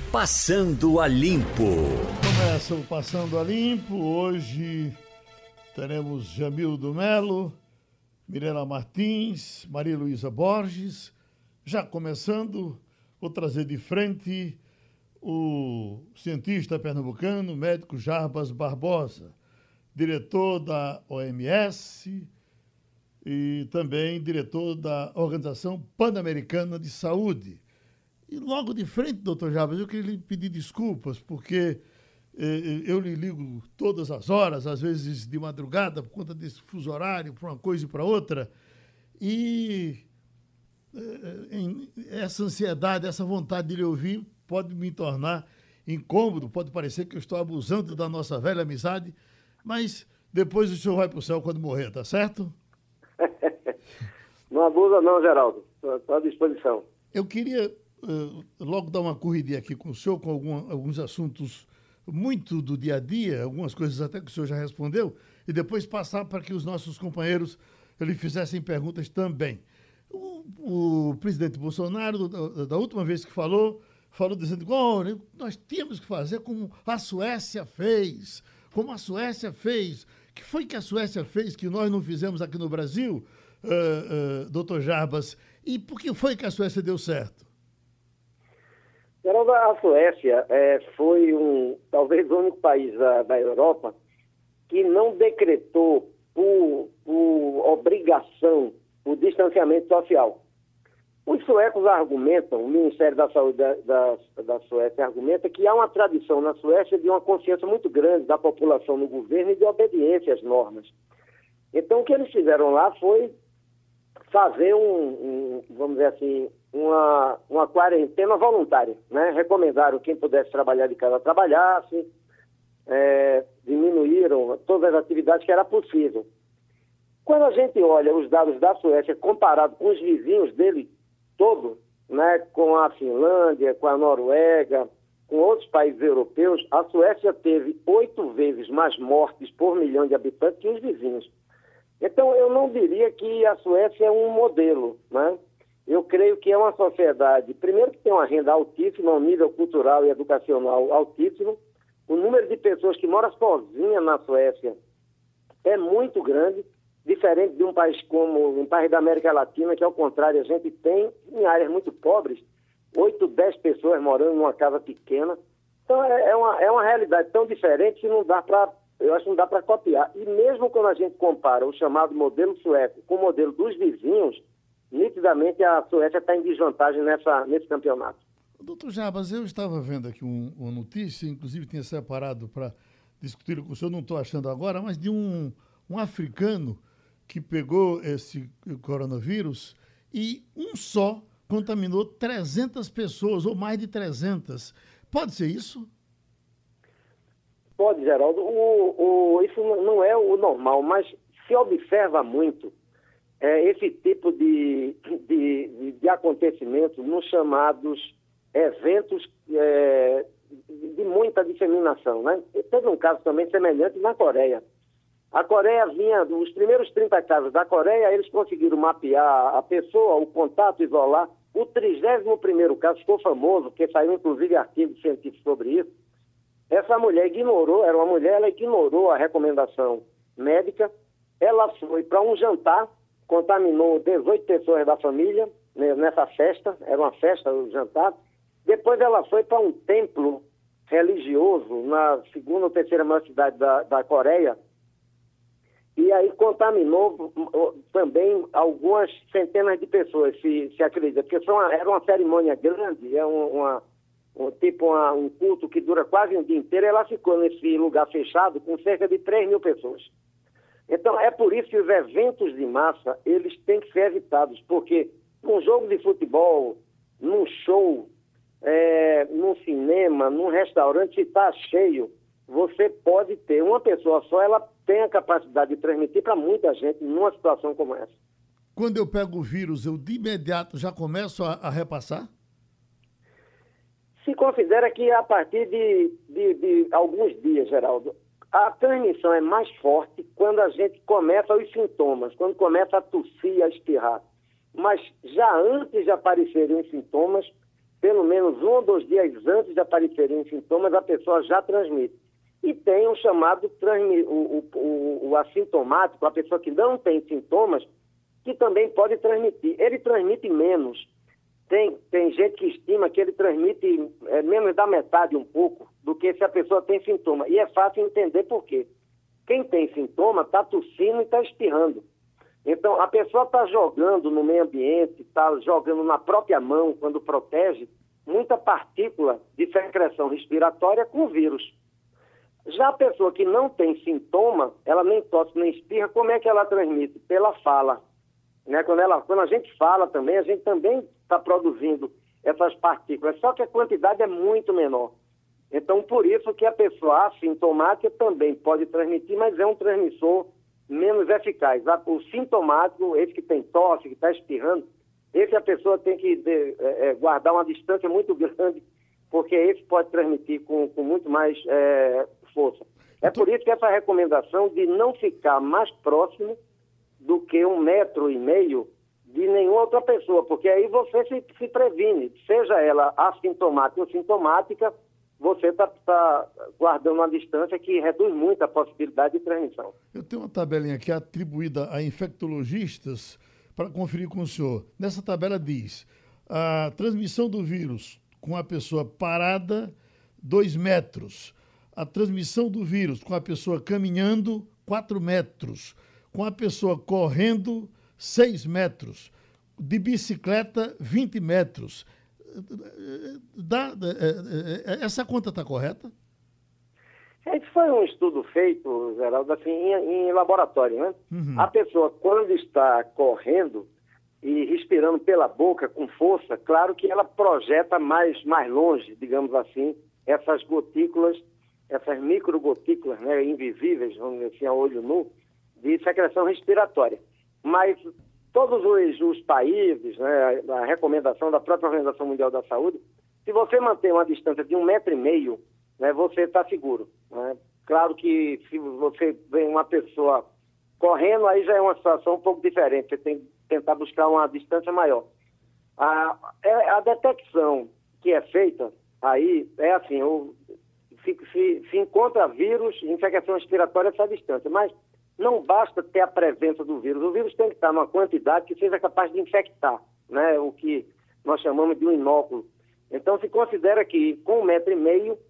Passando a Limpo. Começa o Passando a Limpo. Hoje teremos Jamildo Melo, Mirela Martins, Maria Luísa Borges. Já começando, vou trazer de frente o cientista pernambucano, médico Jarbas Barbosa, diretor da OMS e também diretor da Organização Pan-Americana de Saúde. E logo de frente, doutor Jarbas, eu queria lhe pedir desculpas, porque eu lhe ligo todas as horas, às vezes de madrugada, por conta desse fuso horário, para uma coisa e para outra. E essa ansiedade, essa vontade de lhe ouvir pode me tornar incômodo, pode parecer que eu estou abusando da nossa velha amizade, mas depois o senhor vai para o céu quando morrer, tá certo? Não abusa não, Geraldo. Estou à disposição. Eu queria logo dar uma corridinha aqui com o senhor, com alguns assuntos muito do dia a dia, algumas coisas até que o senhor já respondeu, e depois passar para que os nossos companheiros lhe fizessem perguntas também. O presidente Bolsonaro, da última vez que falou dizendo que nós tínhamos que fazer como a Suécia fez. Como a Suécia fez. O que foi que a Suécia fez que nós não fizemos aqui no Brasil, doutor Jarbas? E por que foi que a Suécia deu certo? Geraldo, a Suécia foi talvez o único país da Europa que não decretou por obrigação o distanciamento social. Os suecos argumentam, o Ministério da Saúde da Suécia argumenta que há uma tradição na Suécia de uma consciência muito grande da população no governo e de obediência às normas. Então, o que eles fizeram lá foi fazer vamos dizer assim, uma quarentena voluntária, né? Recomendaram quem pudesse trabalhar de casa trabalhasse, diminuíram todas as atividades que era possível. Quando a gente olha os dados da Suécia comparado com os vizinhos dele todo, né, com a Finlândia, com a Noruega, com outros países europeus, a Suécia teve 8 vezes mais mortes por milhão de habitantes que os vizinhos. Então, eu não diria que a Suécia é um modelo, né? Eu creio que é uma sociedade, primeiro, que tem uma renda altíssima, um nível cultural e educacional altíssimo. O número de pessoas que moram sozinhas na Suécia é muito grande, diferente de um país como um país da América Latina, que, ao contrário, a gente tem, em áreas muito pobres, 8, 10 pessoas morando numa casa pequena. Então, é uma realidade tão diferente que não dá para... Eu acho que não dá para copiar. E mesmo quando a gente compara o chamado modelo sueco com o modelo dos vizinhos, nitidamente a Suécia está em desvantagem nesse campeonato. Doutor Jarbas, eu estava vendo aqui uma notícia, inclusive tinha separado para discutir com o senhor, não estou achando agora, mas de um africano que pegou esse coronavírus e um só contaminou 300 pessoas, ou mais de 300. Pode ser isso? Pode, Geraldo. Isso não é o normal, mas se observa muito esse tipo de acontecimentos nos chamados eventos de muita disseminação, né? Teve um caso também semelhante na Coreia. A Coreia os primeiros 30 casos da Coreia, eles conseguiram mapear a pessoa, o contato, isolar. O 31º caso ficou famoso, porque saiu inclusive artigo científico sobre isso. Essa mulher era uma mulher, ela ignorou a recomendação médica, ela foi para um jantar, contaminou 18 pessoas da família, né, nessa festa, era uma festa, o jantar. Depois ela foi para um templo religioso, na segunda ou terceira maior cidade da Coreia, e aí contaminou também algumas centenas de pessoas, se acredita, porque era uma cerimônia grande, um culto que dura quase um dia inteiro. Ela ficou nesse lugar fechado com cerca de 3.000 pessoas. Então, é por isso que os eventos de massa, eles têm que ser evitados, porque num jogo de futebol, num show, num cinema, num restaurante, se está cheio, você pode ter uma pessoa só, ela tem a capacidade de transmitir para muita gente numa situação como essa. Quando eu pego o vírus, eu de imediato já começo a repassar? Se considera que a partir de alguns dias, Geraldo, a transmissão é mais forte quando a gente começa os sintomas, quando começa a tossir, a espirrar. Mas já antes de aparecerem os sintomas, pelo menos 1 ou 2 dias antes de aparecerem sintomas, a pessoa já transmite. E tem o chamado o assintomático, a pessoa que não tem sintomas, que também pode transmitir. Ele transmite menos. Tem gente que estima que ele transmite menos da metade um pouco do que se a pessoa tem sintoma. E é fácil entender por quê. Quem tem sintoma está tossindo e está espirrando. Então, a pessoa está jogando no meio ambiente, está jogando na própria mão, quando protege, muita partícula de secreção respiratória com vírus. Já a pessoa que não tem sintoma, ela nem tosse nem espirra, como é que ela transmite? Pela fala. Né? Quando a gente fala também, a gente também está produzindo essas partículas, só que a quantidade é muito menor. Então, por isso que a pessoa assintomática também pode transmitir, mas é um transmissor menos eficaz. O sintomático, esse que tem tosse, que está espirrando, esse a pessoa tem que guardar uma distância muito grande, porque esse pode transmitir com muito mais força. É por isso que essa recomendação de não ficar mais próximo do que 1,5 metros de nenhuma outra pessoa, porque aí você se previne, seja ela assintomática ou sintomática, você está guardando uma distância que reduz muito a possibilidade de transmissão. Eu tenho uma tabelinha aqui atribuída a infectologistas para conferir com o senhor. Nessa tabela diz a transmissão do vírus com a pessoa parada, 2 metros. A transmissão do vírus com a pessoa caminhando, 4 metros. Com a pessoa correndo, 6 metros. De bicicleta, 20 metros. Essa conta está correta? Esse foi um estudo feito, Geraldo, assim, em laboratório, né? Uhum. A pessoa, quando está correndo e respirando pela boca com força, claro que ela projeta mais longe, digamos assim, essas gotículas, essas microgotículas, né, invisíveis, vamos dizer assim, a olho nu, de secreção respiratória. Mas todos os países, né, a recomendação da própria Organização Mundial da Saúde, se você manter uma distância de 1,5 metros, né, você está seguro. Né? Claro que se você vê uma pessoa correndo, aí já é uma situação um pouco diferente, você tem que tentar buscar uma distância maior. A detecção que é feita aí é assim, se encontra vírus, infecção respiratória, essa distância, mas não basta ter a presença do vírus. O vírus tem que estar numa quantidade que seja capaz de infectar, né? O que nós chamamos de um inóculo. Então, se considera que com 1,5 metros,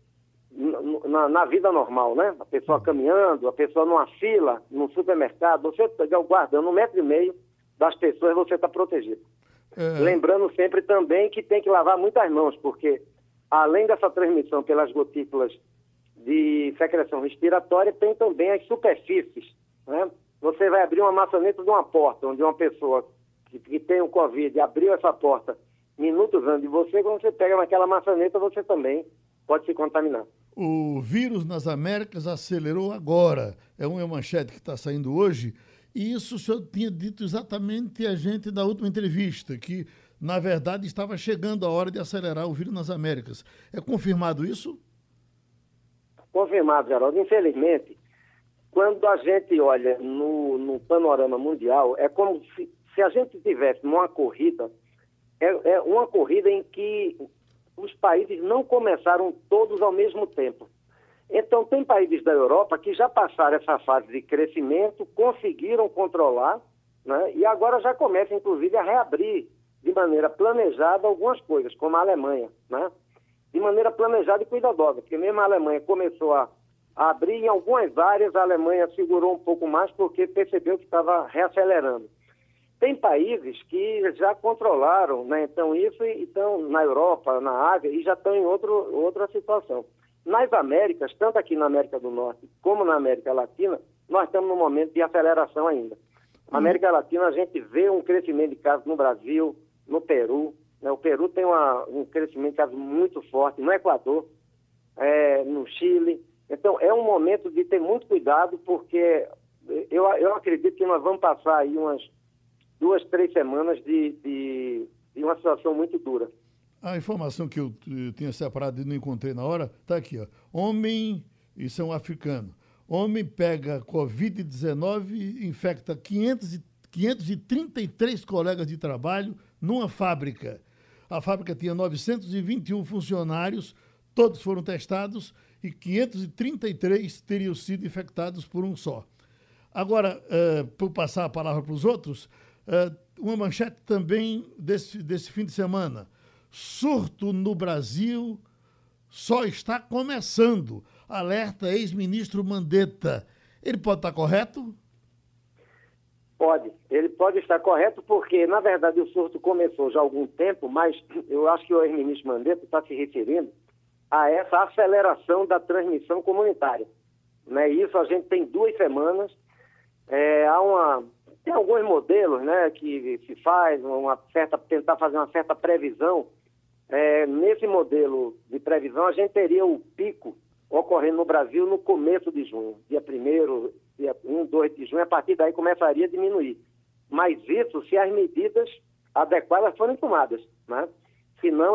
na vida normal, né? A pessoa caminhando, a pessoa numa fila, num supermercado, você guardando 1,5 metros das pessoas, você está protegido. Lembrando sempre também que tem que lavar muitas mãos, porque além dessa transmissão pelas gotículas de secreção respiratória, tem também as superfícies, né? Você vai abrir uma maçaneta de uma porta, onde uma pessoa que tem o Covid abriu essa porta minutos antes de você, quando você pega naquela maçaneta, você também pode se contaminar. O vírus nas Américas acelerou agora. É uma manchete que está saindo hoje. E isso o senhor tinha dito exatamente a gente na última entrevista, que, na verdade, estava chegando a hora de acelerar o vírus nas Américas. É confirmado isso? Confirmado, Geraldo. Infelizmente, quando a gente olha no panorama mundial, é como se a gente tivesse numa corrida, é uma corrida em que os países não começaram todos ao mesmo tempo. Então, tem países da Europa que já passaram essa fase de crescimento, conseguiram controlar, né, e agora já começam, inclusive, a reabrir de maneira planejada algumas coisas, como a Alemanha, né? De maneira planejada e cuidadosa, porque mesmo a Alemanha começou a abrir em algumas áreas, a Alemanha segurou um pouco mais porque percebeu que estava reacelerando. Tem países que já controlaram, né, então isso, e estão na Europa, na Ásia, e já estão em outra situação. Nas Américas, tanto aqui na América do Norte como na América Latina, nós estamos num momento de aceleração ainda. Na América Latina, a gente vê um crescimento de casos no Brasil, no Peru, né? O Peru tem um crescimento de casos muito forte, no Equador, no Chile. Então, é um momento de ter muito cuidado, porque eu acredito que nós vamos passar aí umas 2, 3 semanas de uma situação muito dura. A informação que eu tinha separado e não encontrei na hora, está aqui, ó. Homem, isso é um africano, homem pega Covid-19, infecta 533 colegas de trabalho numa fábrica. A fábrica tinha 921 funcionários, todos foram testados e 533 teriam sido infectados por um só. Agora, por passar a palavra para os outros, uma manchete também desse fim de semana. Surto no Brasil só está começando, alerta ex-ministro Mandetta. Ele pode estar correto? Pode. Ele pode estar correto porque, na verdade, o surto começou já há algum tempo, mas eu acho que o ex-ministro Mandetta está se referindo a essa aceleração da transmissão comunitária. Né? Isso a gente tem 2 semanas. Tem alguns modelos, né, que se faz tentar fazer uma certa previsão. Nesse modelo de previsão, a gente teria o pico ocorrendo no Brasil no começo de junho, dia 1º, dia 1, 2 de junho, a partir daí começaria a diminuir. Mas isso se as medidas adequadas forem tomadas, né? Senão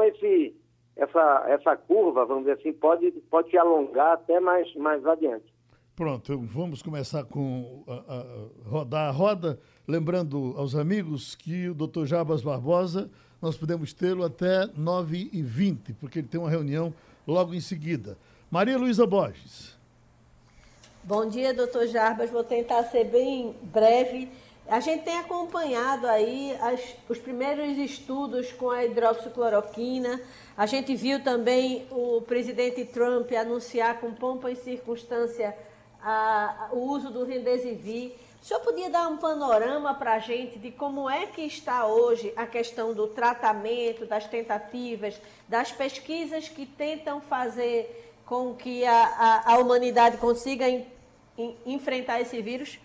essa curva, vamos dizer assim, pode se alongar até mais adiante. Pronto, vamos começar com rodar a roda, lembrando aos amigos que o Dr. Jarbas Barbosa, nós podemos tê-lo até 9h20, porque ele tem uma reunião logo em seguida. Maria Luísa Borges. Bom dia, doutor Jarbas. Vou tentar ser bem breve. A gente tem acompanhado aí os primeiros estudos com a hidroxicloroquina. A gente viu também o presidente Trump anunciar com pompa e circunstância o uso do Remdesivir. O senhor podia dar um panorama para a gente de como é que está hoje a questão do tratamento, das tentativas, das pesquisas que tentam fazer com que a humanidade consiga enfrentar esse vírus?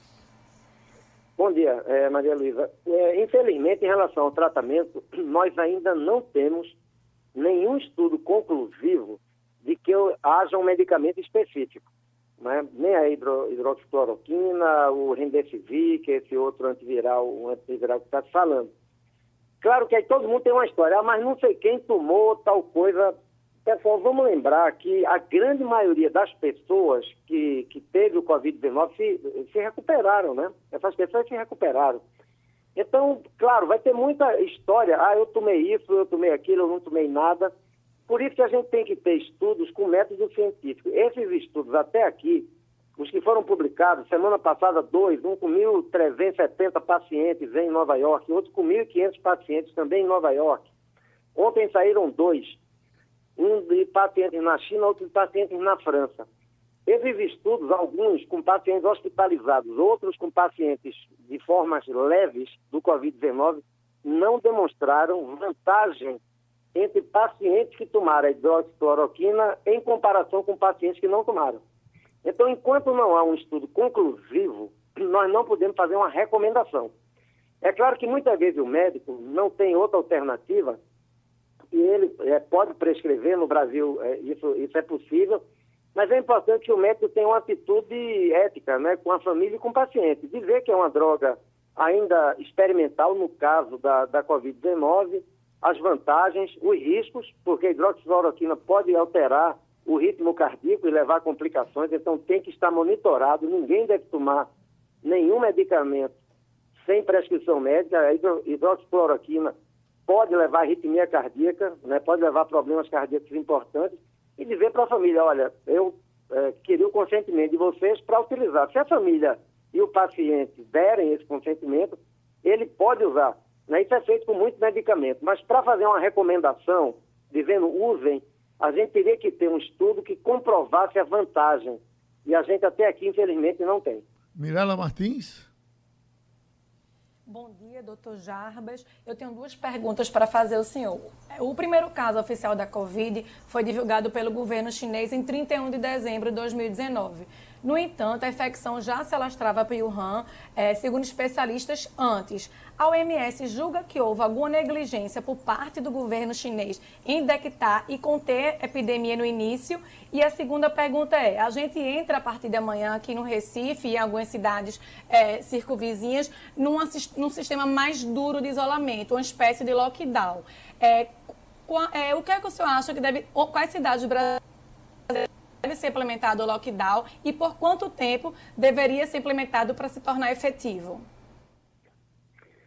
Bom dia, Maria Luísa. Infelizmente, em relação ao tratamento, nós ainda não temos nenhum estudo conclusivo de que haja um medicamento específico. Né? Nem a hidroxicloroquina, o Remdesivir, que é esse outro antiviral que está se falando. Claro que aí todo mundo tem uma história, mas não sei quem tomou tal coisa. Pessoal, vamos lembrar que a grande maioria das pessoas que teve o Covid-19 se recuperaram, né? Essas pessoas se recuperaram. Então, claro, vai ter muita história. Eu tomei isso, eu tomei aquilo, eu não tomei nada. Por isso que a gente tem que ter estudos com método científico. Esses estudos até aqui, os que foram publicados, semana passada 2, um com 1.370 pacientes em Nova York, outro com 1.500 pacientes também em Nova York. Ontem saíram 2. Um de pacientes na China, outro de pacientes na França. Esses estudos, alguns com pacientes hospitalizados, outros com pacientes de formas leves do Covid-19, não demonstraram vantagem entre pacientes que tomaram a hidroxicloroquina em comparação com pacientes que não tomaram. Então, enquanto não há um estudo conclusivo, nós não podemos fazer uma recomendação. É claro que muitas vezes o médico não tem outra alternativa e ele pode prescrever, no Brasil isso é possível, mas é importante que o médico tenha uma atitude ética, né, com a família e com o paciente. Dizer que é uma droga ainda experimental, no caso da Covid-19, as vantagens, os riscos, porque a hidroxicloroquina pode alterar o ritmo cardíaco e levar a complicações, então tem que estar monitorado, ninguém deve tomar nenhum medicamento sem prescrição médica. A hidroxicloroquina pode levar a arritmia cardíaca, né, pode levar a problemas cardíacos importantes, e dizer para a família, olha, eu queria o consentimento de vocês para utilizar. Se a família e o paciente derem esse consentimento, ele pode usar. Né? Isso é feito com muito medicamento, mas para fazer uma recomendação, dizendo usem, a gente teria que ter um estudo que comprovasse a vantagem. E a gente até aqui, infelizmente, não tem. Mirela Martins. Bom dia, doutor Jarbas. Eu tenho 2 perguntas para fazer ao senhor. O primeiro caso oficial da Covid foi divulgado pelo governo chinês em 31 de dezembro de 2019. No entanto, a infecção já se alastrava para Wuhan, segundo especialistas, antes. A OMS julga que houve alguma negligência por parte do governo chinês em detectar e conter a epidemia no início. E a segunda pergunta a gente entra a partir de amanhã aqui no Recife e em algumas cidades circunvizinhas num sistema mais duro de isolamento, uma espécie de lockdown. O que é que o senhor acha que quais cidades do Brasil deve ser implementado o lockdown e por quanto tempo deveria ser implementado para se tornar efetivo?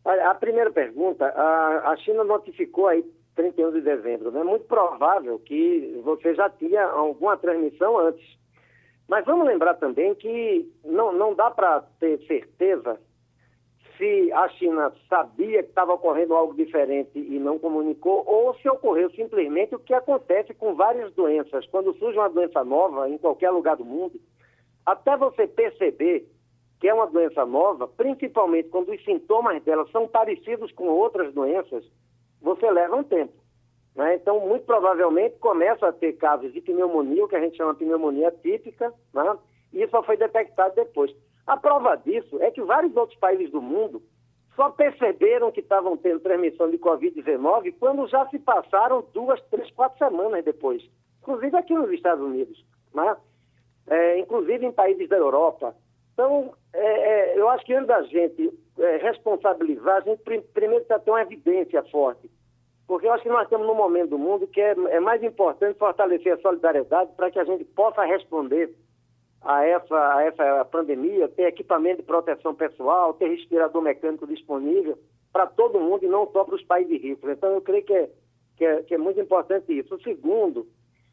A primeira pergunta, a China notificou aí 31 de dezembro, né? É muito provável que você já tinha alguma transmissão antes. Mas vamos lembrar também que não dá para ter certeza se a China sabia que estava ocorrendo algo diferente e não comunicou, ou se ocorreu simplesmente o que acontece com várias doenças. Quando surge uma doença nova em qualquer lugar do mundo, até você perceber que é uma doença nova, principalmente quando os sintomas dela são parecidos com outras doenças, você leva um tempo, né? Então, muito provavelmente, começa a ter casos de pneumonia, o que a gente chama de pneumonia típica, né? E isso só foi detectado depois. A prova disso é que vários outros países do mundo só perceberam que estavam tendo transmissão de Covid-19 quando já se passaram 2, 3, 4 semanas depois. Inclusive aqui nos Estados Unidos, né? Inclusive em países da Europa. Então, eu acho que antes da gente responsabilizar, a gente primeiro precisa ter uma evidência forte. Porque eu acho que nós estamos num momento do mundo que é mais importante fortalecer a solidariedade para que a gente possa responder a essa pandemia, ter equipamento de proteção pessoal, ter respirador mecânico disponível para todo mundo e não só para os países ricos. Então, eu creio que é muito importante isso. O segundo,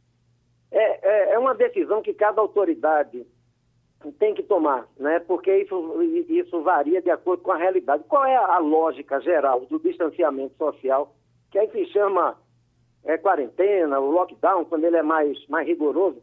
é uma decisão que cada autoridade tem que tomar, né? Porque isso varia de acordo com a realidade. Qual é a lógica geral do distanciamento social, que aí se chama quarentena, o lockdown, quando ele é mais rigoroso?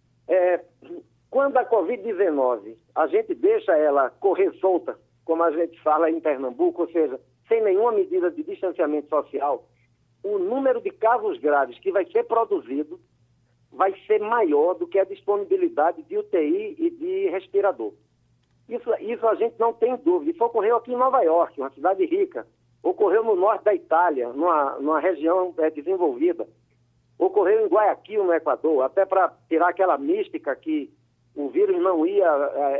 Quando a Covid-19, a gente deixa ela correr solta, como a gente fala em Pernambuco, ou seja, sem nenhuma medida de distanciamento social, o número de casos graves que vai ser produzido vai ser maior do que a disponibilidade de UTI e de respirador. Isso a gente não tem dúvida. Isso ocorreu aqui em Nova York, uma cidade rica. Ocorreu no norte da Itália, numa região desenvolvida. Ocorreu em Guayaquil, no Equador, até para tirar aquela mística que o vírus não ia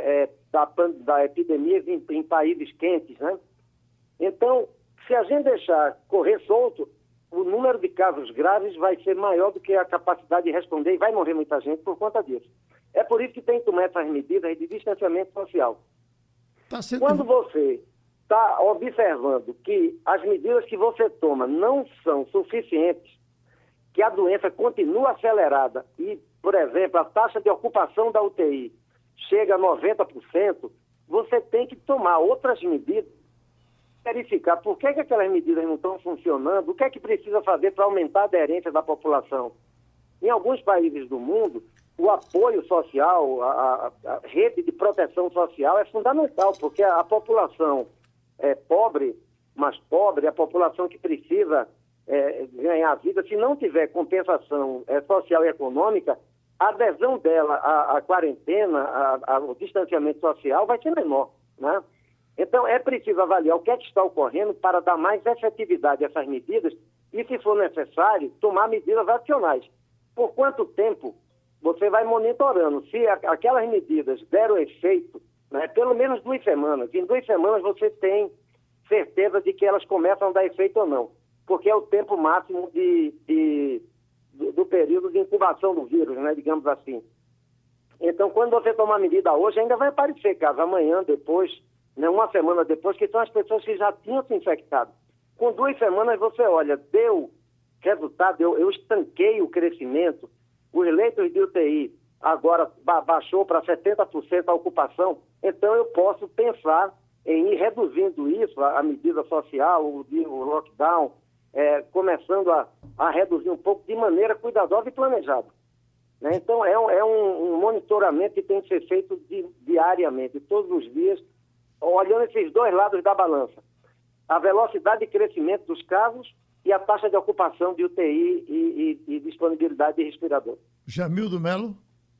da epidemia em países quentes, né? Então, se a gente deixar correr solto, o número de casos graves vai ser maior do que a capacidade de responder e vai morrer muita gente por conta disso. É por isso que tem que tomar essas medidas de distanciamento social. Quando você está observando que as medidas que você toma não são suficientes, que a doença continua acelerada e, por exemplo, a taxa de ocupação da UTI chega a 90%, você tem que tomar outras medidas, verificar por que aquelas medidas não estão funcionando, o que é que precisa fazer para aumentar a aderência da população. Em alguns países do mundo, o apoio social, a rede de proteção social é fundamental, porque a população pobre, mais pobre, a população que precisa ganhar vida, se não tiver compensação social e econômica, a adesão dela à quarentena, ao distanciamento social vai ser menor, né? Então, é preciso avaliar o que é que está ocorrendo para dar mais efetividade a essas medidas e, se for necessário, tomar medidas adicionais. Por quanto tempo você vai monitorando? Se aquelas medidas deram efeito, né, pelo menos 2 semanas. Em 2 semanas você tem certeza de que elas começam a dar efeito ou não, porque é o tempo máximo do período de incubação do vírus, né, digamos assim. Então, quando você tomar medida hoje, ainda vai aparecer caso amanhã, depois, né, uma semana depois, que são as pessoas que já tinham se infectado. Com 2 semanas você olha, deu resultado, eu estanquei o crescimento, os leitos de UTI agora baixou para 70% a ocupação, então eu posso pensar em ir reduzindo isso, a medida social, o lockdown, começando a reduzir um pouco de maneira cuidadosa e planejada, né? Então é um monitoramento que tem que ser feito diariamente, todos os dias, olhando esses 2 lados da balança. A velocidade de crescimento dos casos e a taxa de ocupação de UTI e disponibilidade de respirador. Jamildo Melo.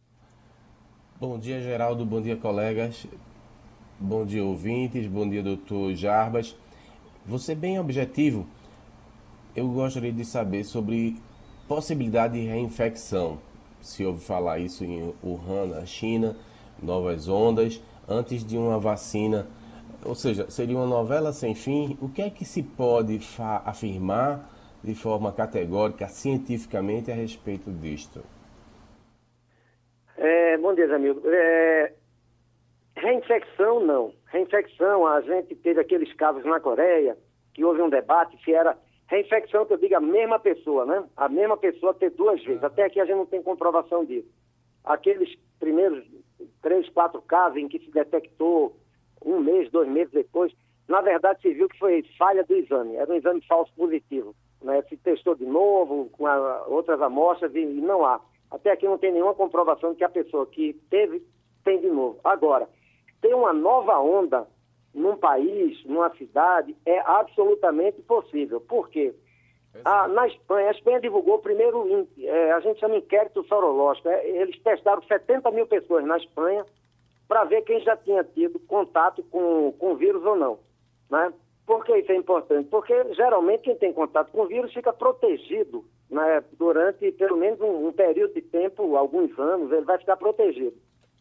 Bom dia, Geraldo. Bom dia, colegas. Bom dia, ouvintes. Bom dia, doutor Jarbas. Vou ser bem objetivo. Eu gostaria de saber sobre possibilidade de reinfecção. Se ouve falar isso em Wuhan, na China, novas ondas, antes de uma vacina. Ou seja, seria uma novela sem fim. O que é que se pode afirmar de forma categórica, cientificamente, a respeito disto? Bom dia, Jamildo. Reinfecção, não. Reinfecção, a gente teve aqueles casos na Coreia, que houve um debate se era reinfecção, que eu digo a mesma pessoa, né? A mesma pessoa ter 2 vezes. Até aqui a gente não tem comprovação disso. Aqueles primeiros 3, 4 casos em que se detectou 1 mês, 2 meses depois, na verdade se viu que foi falha do exame, era um exame falso positivo, né? Se testou de novo com outras amostras e não há. Até aqui não tem nenhuma comprovação de que a pessoa que teve, tem de novo. Agora, ter uma nova onda num país, numa cidade, é absolutamente possível. Por quê? Na Espanha, a Espanha divulgou o primeiro, a gente chama inquérito sorológico. Eles testaram 70 mil pessoas na Espanha para ver quem já tinha tido contato com o vírus ou não, né? Por que isso é importante? Porque, geralmente, quem tem contato com o vírus fica protegido, né? Durante, pelo menos, um período de tempo, alguns anos, ele vai ficar protegido.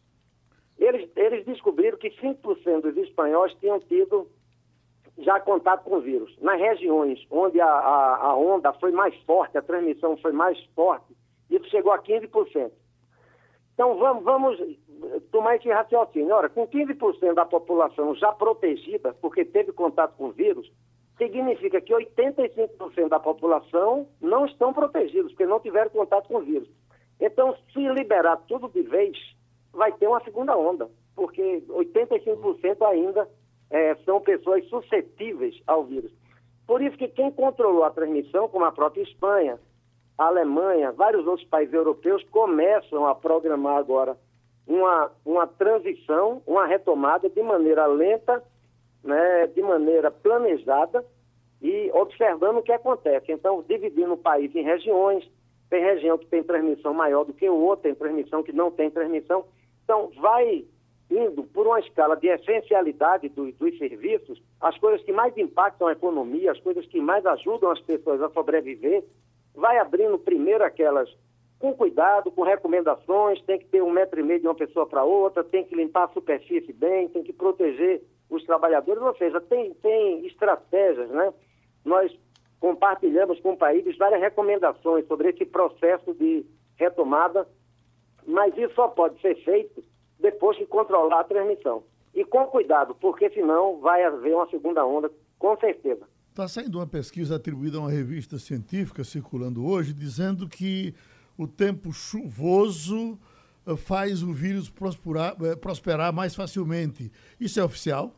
Eles descobriram que 5% dos espanhóis tinham tido já contato com o vírus. Nas regiões onde a onda foi mais forte, a transmissão foi mais forte, isso chegou a 15%. Então, vamos tomar esse raciocínio. Ora, com 15% da população já protegida, porque teve contato com o vírus, significa que 85% da população não estão protegidos, porque não tiveram contato com o vírus. Então, se liberar tudo de vez, vai ter uma segunda onda, porque 85% ainda são pessoas suscetíveis ao vírus. Por isso que quem controlou a transmissão, como a própria Espanha, a Alemanha, vários outros países europeus, começam a programar agora uma transição, uma retomada de maneira lenta, né, de maneira planejada e observando o que acontece. Então, dividindo o país em regiões, tem região que tem transmissão maior do que o outro, tem transmissão que não tem transmissão. Então, vai indo por uma escala de essencialidade dos serviços, as coisas que mais impactam a economia, as coisas que mais ajudam as pessoas a sobreviver, vai abrindo primeiro aquelas com cuidado, com recomendações, tem que ter 1,5 metro de uma pessoa para outra, tem que limpar a superfície bem, tem que proteger os trabalhadores, ou seja, tem estratégias, né? Nós compartilhamos com países várias recomendações sobre esse processo de retomada, mas isso só pode ser feito depois de controlar a transmissão. E com cuidado, porque senão vai haver uma segunda onda, com certeza. Está saindo uma pesquisa atribuída a uma revista científica circulando hoje, dizendo que o tempo chuvoso faz o vírus prosperar mais facilmente. Isso é oficial?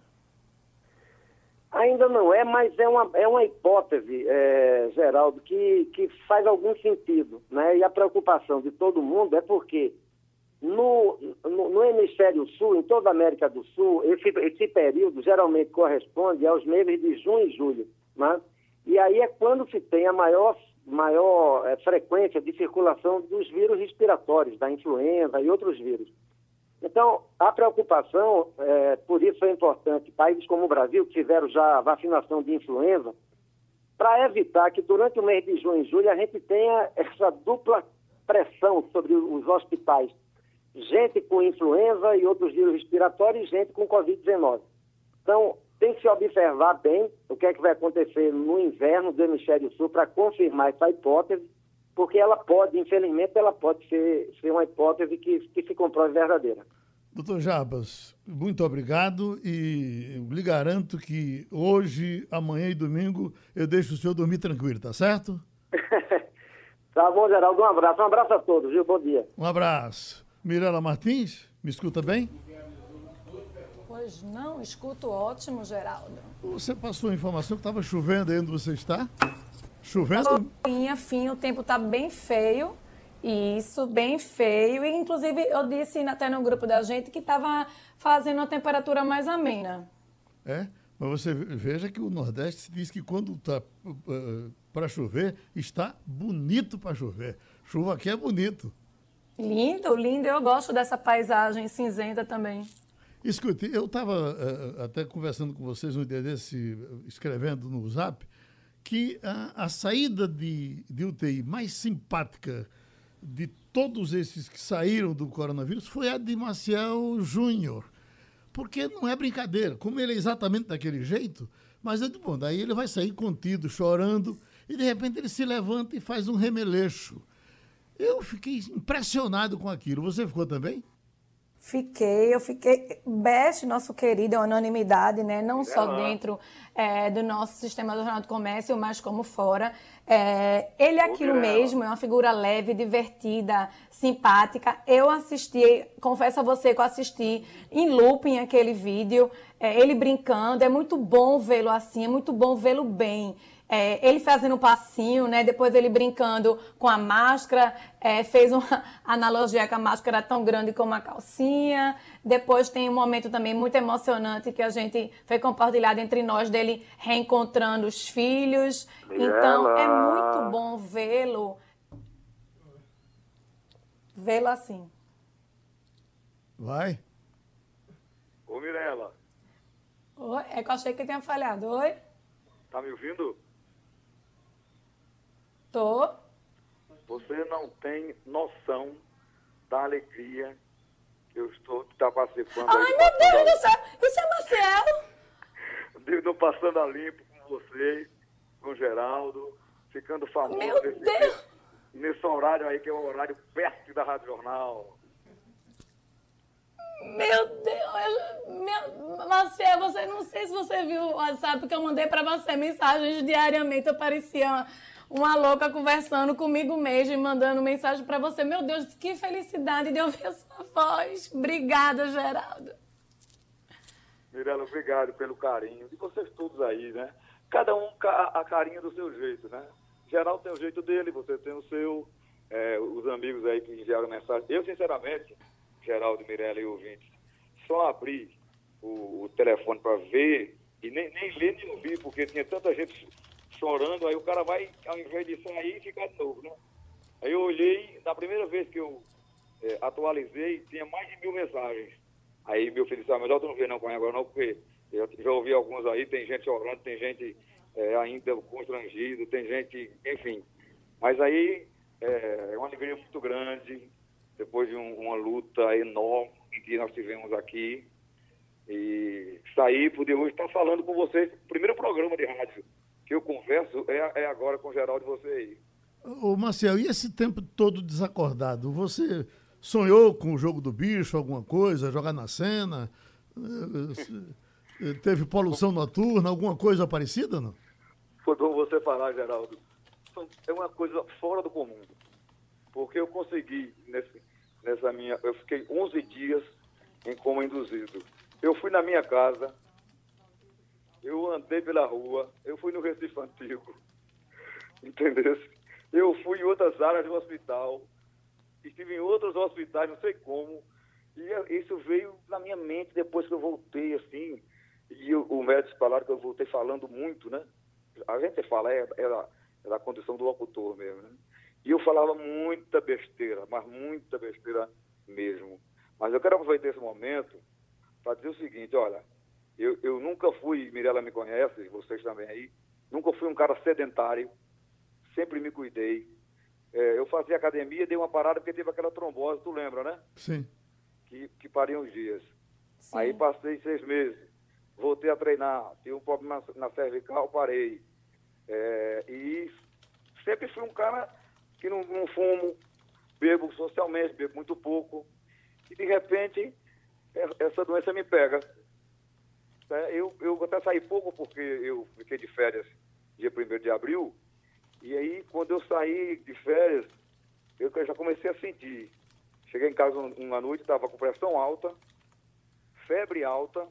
Ainda não é, mas é uma hipótese, Geraldo, que faz algum sentido, né? E a preocupação de todo mundo é porque no hemisfério sul, em toda a América do Sul, esse período geralmente corresponde aos meses de junho e julho, né? E aí é quando se tem a maior frequência de circulação dos vírus respiratórios, da influenza e outros vírus. Então, a preocupação, por isso é importante, países como o Brasil, que fizeram já a vacinação de influenza, para evitar que durante o mês de junho e julho a gente tenha essa dupla pressão sobre os hospitais. Gente com influenza e outros vírus respiratórios e gente com Covid-19. Então, tem que se observar bem o que é que vai acontecer no inverno do hemisfério sul para confirmar essa hipótese, porque ela pode, infelizmente, ser uma hipótese que se comprove verdadeira. Doutor Jarbas, muito obrigado e lhe garanto que hoje, amanhã e domingo eu deixo o senhor dormir tranquilo, tá certo? Tá bom, Geraldo, um abraço a todos, viu? Bom dia. Um abraço. Mirela Martins, me escuta bem? Pois não, escuto ótimo, Geraldo. Você passou a informação que estava chovendo aí onde você está? Chovendo? Fim, o tempo está bem feio. Isso, bem feio. E, inclusive, eu disse até no grupo da gente que estava fazendo uma temperatura mais amena. Mas você veja que o Nordeste diz que quando está para chover, está bonito para chover. Chuva aqui é bonito. Lindo, lindo. Eu gosto dessa paisagem cinzenta também. Escute, eu estava até conversando com vocês um dia desse, escrevendo no Zap, que a saída de UTI mais simpática de todos esses que saíram do coronavírus foi a de Maciel Júnior. Porque não é brincadeira, como ele é exatamente daquele jeito, mas bom, daí ele vai sair contido, chorando, e de repente ele se levanta e faz um remeleixo. Eu fiquei impressionado com aquilo. Você ficou também? Eu fiquei. Best, nosso querido, é uma unanimidade, né? Não só dentro do nosso sistema do Jornal do Comércio, mas como fora. Ele é aquilo mesmo, é uma figura leve, divertida, simpática. Eu assisti, confesso a você que eu assisti em looping aquele vídeo, ele brincando, é muito bom vê-lo assim, é muito bom vê-lo bem. Ele fazendo um passinho, né? Depois ele brincando com a máscara, fez uma analogia que a máscara era tão grande como a calcinha. Depois tem um momento também muito emocionante que a gente foi compartilhado entre nós, dele reencontrando os filhos. Então, é muito bom vê-lo assim. Vai. Ô, Mirela. Oi, é que eu achei que tinha falhado. Oi? Tá me ouvindo? Tô. Você não tem noção da alegria que eu estou de estar participando. Ai, meu Deus do céu! Isso é Marcelo? Estou passando a limpo com você, com o Geraldo, ficando famoso Meu Deus! nesse horário aí, que é o horário perto da Rádio Jornal. Meu Deus! Marcelo, você não sei se você viu o WhatsApp, porque eu mandei pra você mensagens diariamente. Eu parecia uma louca conversando comigo mesmo e mandando mensagem pra você. Meu Deus, que felicidade de ouvir a sua voz. Obrigada, Geraldo. Mirela, obrigado pelo carinho. E vocês todos aí, né? Cada um a carinho do seu jeito, né? Geraldo tem o jeito dele, você tem o seu. Os amigos aí que enviaram mensagem. Eu, sinceramente, Geraldo, Mirela e ouvintes, só abri o telefone para ver e nem ler nem ouvir, porque tinha tanta gente chorando, aí o cara vai, ao invés de sair, ficar de novo, né? Aí eu olhei, na primeira vez que eu atualizei, tinha mais de 1000 mensagens. Aí meu filho disse, melhor tu não ver não, pai, agora não, porque eu já ouvi alguns aí, tem gente chorando, tem gente ainda constrangido, tem gente, enfim. Mas aí é uma alegria muito grande, depois de uma luta enorme que nós tivemos aqui, e sair, poder hoje estar falando com vocês, o primeiro programa de rádio que eu converso é agora com o Geraldo e você aí. Ô, Marcelo, e esse tempo todo desacordado? Você sonhou com o jogo do bicho, alguma coisa, jogar na cena? Teve poluição noturna, alguma coisa parecida, não? Foi como você falar, Geraldo. É uma coisa fora do comum. Porque eu consegui, eu fiquei 11 dias em coma induzido. Eu fui na minha casa, eu andei pela rua, eu fui no Recife Antigo, entendeu? Eu fui em outras áreas do hospital, estive em outros hospitais, não sei como, e isso veio na minha mente depois que eu voltei, assim, e o médico falaram que eu voltei falando muito, né? A gente fala, é da condição do locutor mesmo, né? E eu falava muita besteira, mas muita besteira mesmo. Mas eu quero aproveitar esse momento para dizer o seguinte, olha, eu nunca fui, Mirela me conhece, vocês também aí, nunca fui um cara sedentário, sempre me cuidei. Eu fazia academia, dei uma parada porque teve aquela trombose, tu lembra, né? Sim. Que parei uns dias. Sim. Aí passei 6 meses, voltei a treinar, tive um problema na cervical, parei. E sempre fui um cara que não fumo, bebo socialmente, bebo muito pouco. E de repente, essa doença me pega. Eu até saí pouco porque eu fiquei de férias dia 1º de abril. E aí, quando eu saí de férias, eu já comecei a sentir. Cheguei em casa uma noite, estava com pressão alta, febre alta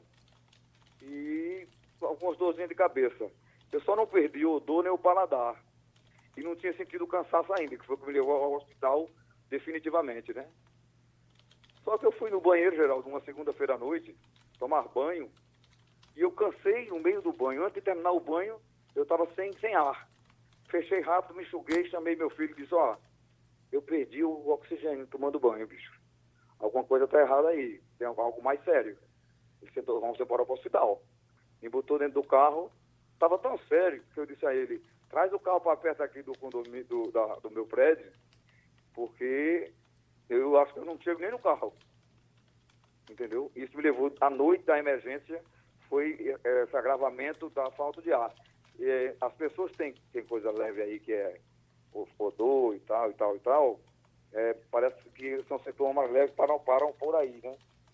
e algumas dorzinhas de cabeça. Eu só não perdi o odor nem o paladar. E não tinha sentido cansaço ainda, que foi o que me levou ao hospital definitivamente, né? Só que eu fui no banheiro, Geraldo, uma segunda-feira à noite, tomar banho, e eu cansei no meio do banho. Antes de terminar o banho, eu estava sem ar. Fechei rápido, me enxuguei, chamei meu filho e disse, eu perdi o oxigênio tomando banho, bicho. Alguma coisa está errada aí, tem algo mais sério. Vamos embora para o hospital. Me botou dentro do carro, estava tão sério que eu disse a ele, traz o carro para perto aqui do condomínio, do meu prédio, porque eu acho que eu não chego nem no carro. Entendeu? Isso me levou, à noite da emergência, foi esse agravamento da falta de ar. As pessoas têm coisa leve aí, que é odor e tal. Parece que são sintomas leves, param por aí, né?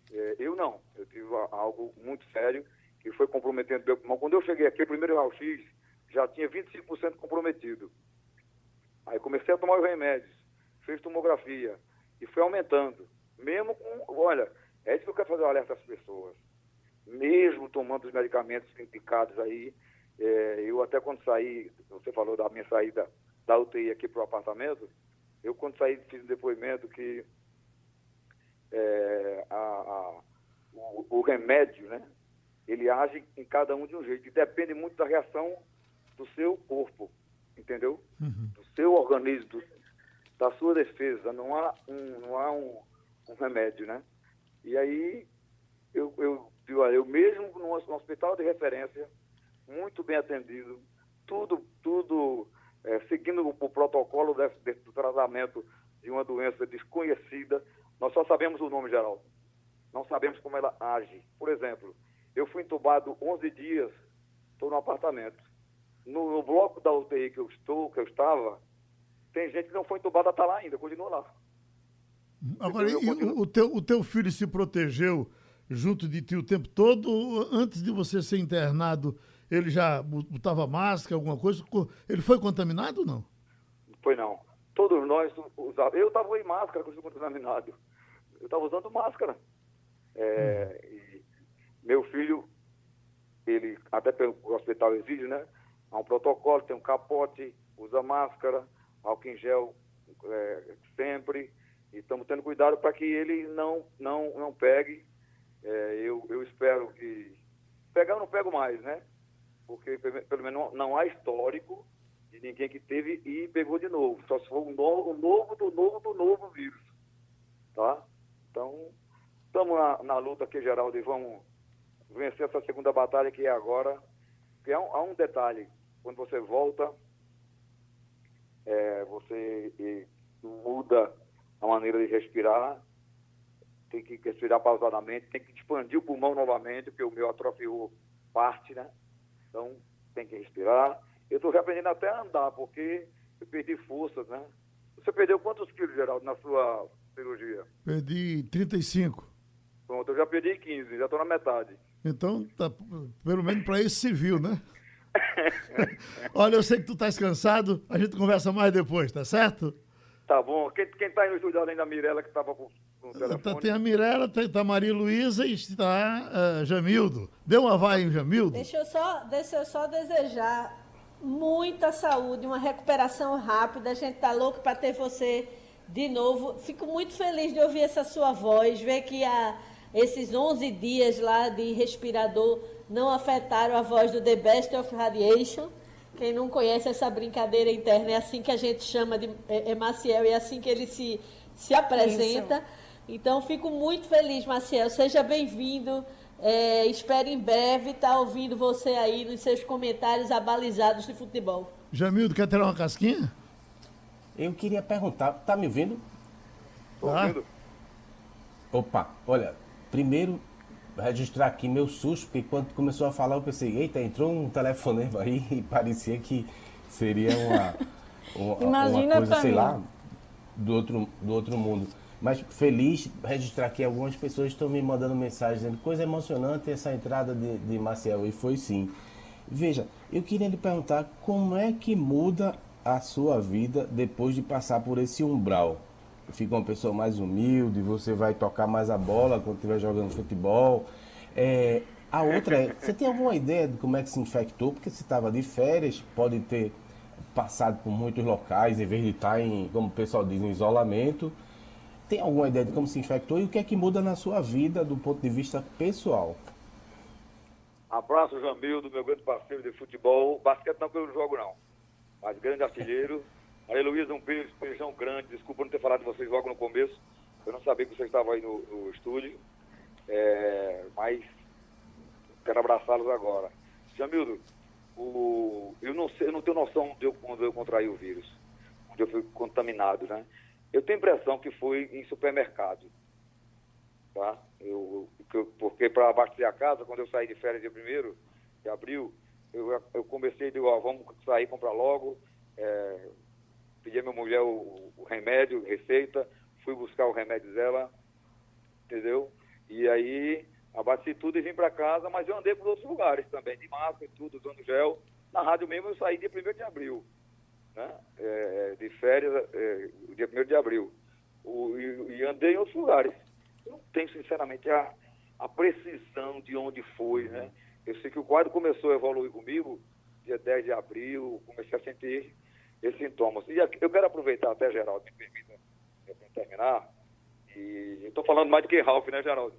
Eu não. Eu tive algo muito sério que foi comprometendo meu pulmão. Quando eu cheguei aqui, o primeiro raio-x já tinha 25% comprometido. Aí comecei a tomar os remédios, fiz tomografia e foi aumentando. Mesmo com... Olha, é isso que eu quero fazer um alerta às pessoas. Mesmo tomando os medicamentos indicados aí, eu até quando saí, você falou da minha saída da UTI aqui para o apartamento, eu quando saí fiz um depoimento que o remédio, né, ele age em cada um de um jeito e depende muito da reação do seu corpo, entendeu? Do seu organismo, da sua defesa. Não há um remédio, né? E aí, eu mesmo no hospital de referência, muito bem atendido, tudo seguindo o protocolo do tratamento de uma doença desconhecida. Nós só sabemos o nome, Geraldo. Não sabemos como ela age. Por exemplo, eu fui entubado 11 dias, estou no apartamento. No bloco da UTI que eu estava, tem gente que não foi entubada, está lá ainda, continua lá. Agora, o teu filho se protegeu junto de ti o tempo todo? Antes de você ser internado, ele já botava máscara, alguma coisa? Ele foi contaminado ou não? Foi não. Todos nós usávamos. Eu estava em máscara quando fui contaminado. Eu estava usando máscara. E meu filho, ele, até pelo hospital exige, né? Há um protocolo, tem um capote, usa máscara, álcool em gel sempre. E estamos tendo cuidado para que ele não pegue. Eu espero que... Pegar eu não pego mais, né? Porque pelo menos não há histórico de ninguém que teve e pegou de novo. Só se for um novo vírus. Tá? Então, estamos na luta aqui, Geraldo, e vamos vencer essa segunda batalha que é agora. Porque há um detalhe. Quando você volta, você muda a maneira de respirar, tem que respirar pausadamente, tem que expandir o pulmão novamente, porque o meu atrofiou parte, né? Então, tem que respirar. Eu estou aprendendo até a andar, porque eu perdi forças, né? Você perdeu quantos quilos, Geraldo, na sua cirurgia? Perdi 35. Pronto, eu já perdi 15, já estou na metade. Então, tá, pelo menos para isso serviu, né? Olha, eu sei que tu estás cansado, a gente conversa mais depois, tá certo? Tá bom. Quem está aí no estúdio além da Mirella, que estava com o telefone? Tem a Mirella, tá a Maria Luísa e está Jamildo. Dê uma vai em Jamildo. Deixa eu só desejar muita saúde, uma recuperação rápida. A gente tá louco para ter você de novo. Fico muito feliz de ouvir essa sua voz, ver que esses 11 dias lá de respirador não afetaram a voz do The Best of Radiation. Quem não conhece essa brincadeira interna, é assim que a gente chama de Maciel, é assim que ele se apresenta. Isso. Então, fico muito feliz, Maciel. Seja bem-vindo. Espero em breve estar ouvindo você aí nos seus comentários abalizados de futebol. Jamildo, quer tirar uma casquinha? Eu queria perguntar, tá me ouvindo? Estou ouvindo. Opa, olha, primeiro registrar aqui meu susto, porque quando começou a falar eu pensei, eita, entrou um telefonema aí e parecia que seria uma coisa, sei lá, do outro mundo. Mas feliz registrar que algumas pessoas estão me mandando mensagens dizendo coisa emocionante essa entrada de Maciel, e foi sim. Veja, eu queria lhe perguntar como é que muda a sua vida depois de passar por esse umbral? Fica uma pessoa mais humilde, você vai tocar mais a bola quando estiver jogando futebol. A outra é, você tem alguma ideia de como é que se infectou? Porque você estava de férias, pode ter passado por muitos locais, em vez de estar em, como o pessoal diz, em isolamento. Tem alguma ideia de como se infectou e o que é que muda na sua vida do ponto de vista pessoal? Abraço, Jamildo, meu grande parceiro de futebol. Basquete não que eu não jogo, não. Mas grande artilheiro. Maria Luísa, um beijão grande. Desculpa não ter falado de vocês logo no começo. Eu não sabia que vocês estavam aí no estúdio. Mas quero abraçá-los agora. Jamildo, eu não tenho noção de quando eu contraí o vírus, quando eu fui contaminado, né? Eu tenho a impressão que foi em supermercado. Tá? Porque para abastecer a casa, quando eu saí de férias dia 1º de abril, eu comecei a dizer, vamos sair, comprar logo. Pedi a minha mulher o remédio, receita, fui buscar o remédio dela, entendeu? E aí, abasteci tudo e vim para casa, mas eu andei por outros lugares também, de máscara e tudo, usando gel. Na rádio mesmo eu saí dia 1º de abril, né? De férias, dia 1º de abril. E andei em outros lugares. Eu não tenho, sinceramente, a precisão de onde foi, né? Eu sei que o quadro começou a evoluir comigo, dia 10 de abril, comecei a sentir esses sintomas. E eu quero aproveitar até, Geraldo, me permita para terminar, e eu estou falando mais do que Ralf, né, Geraldo?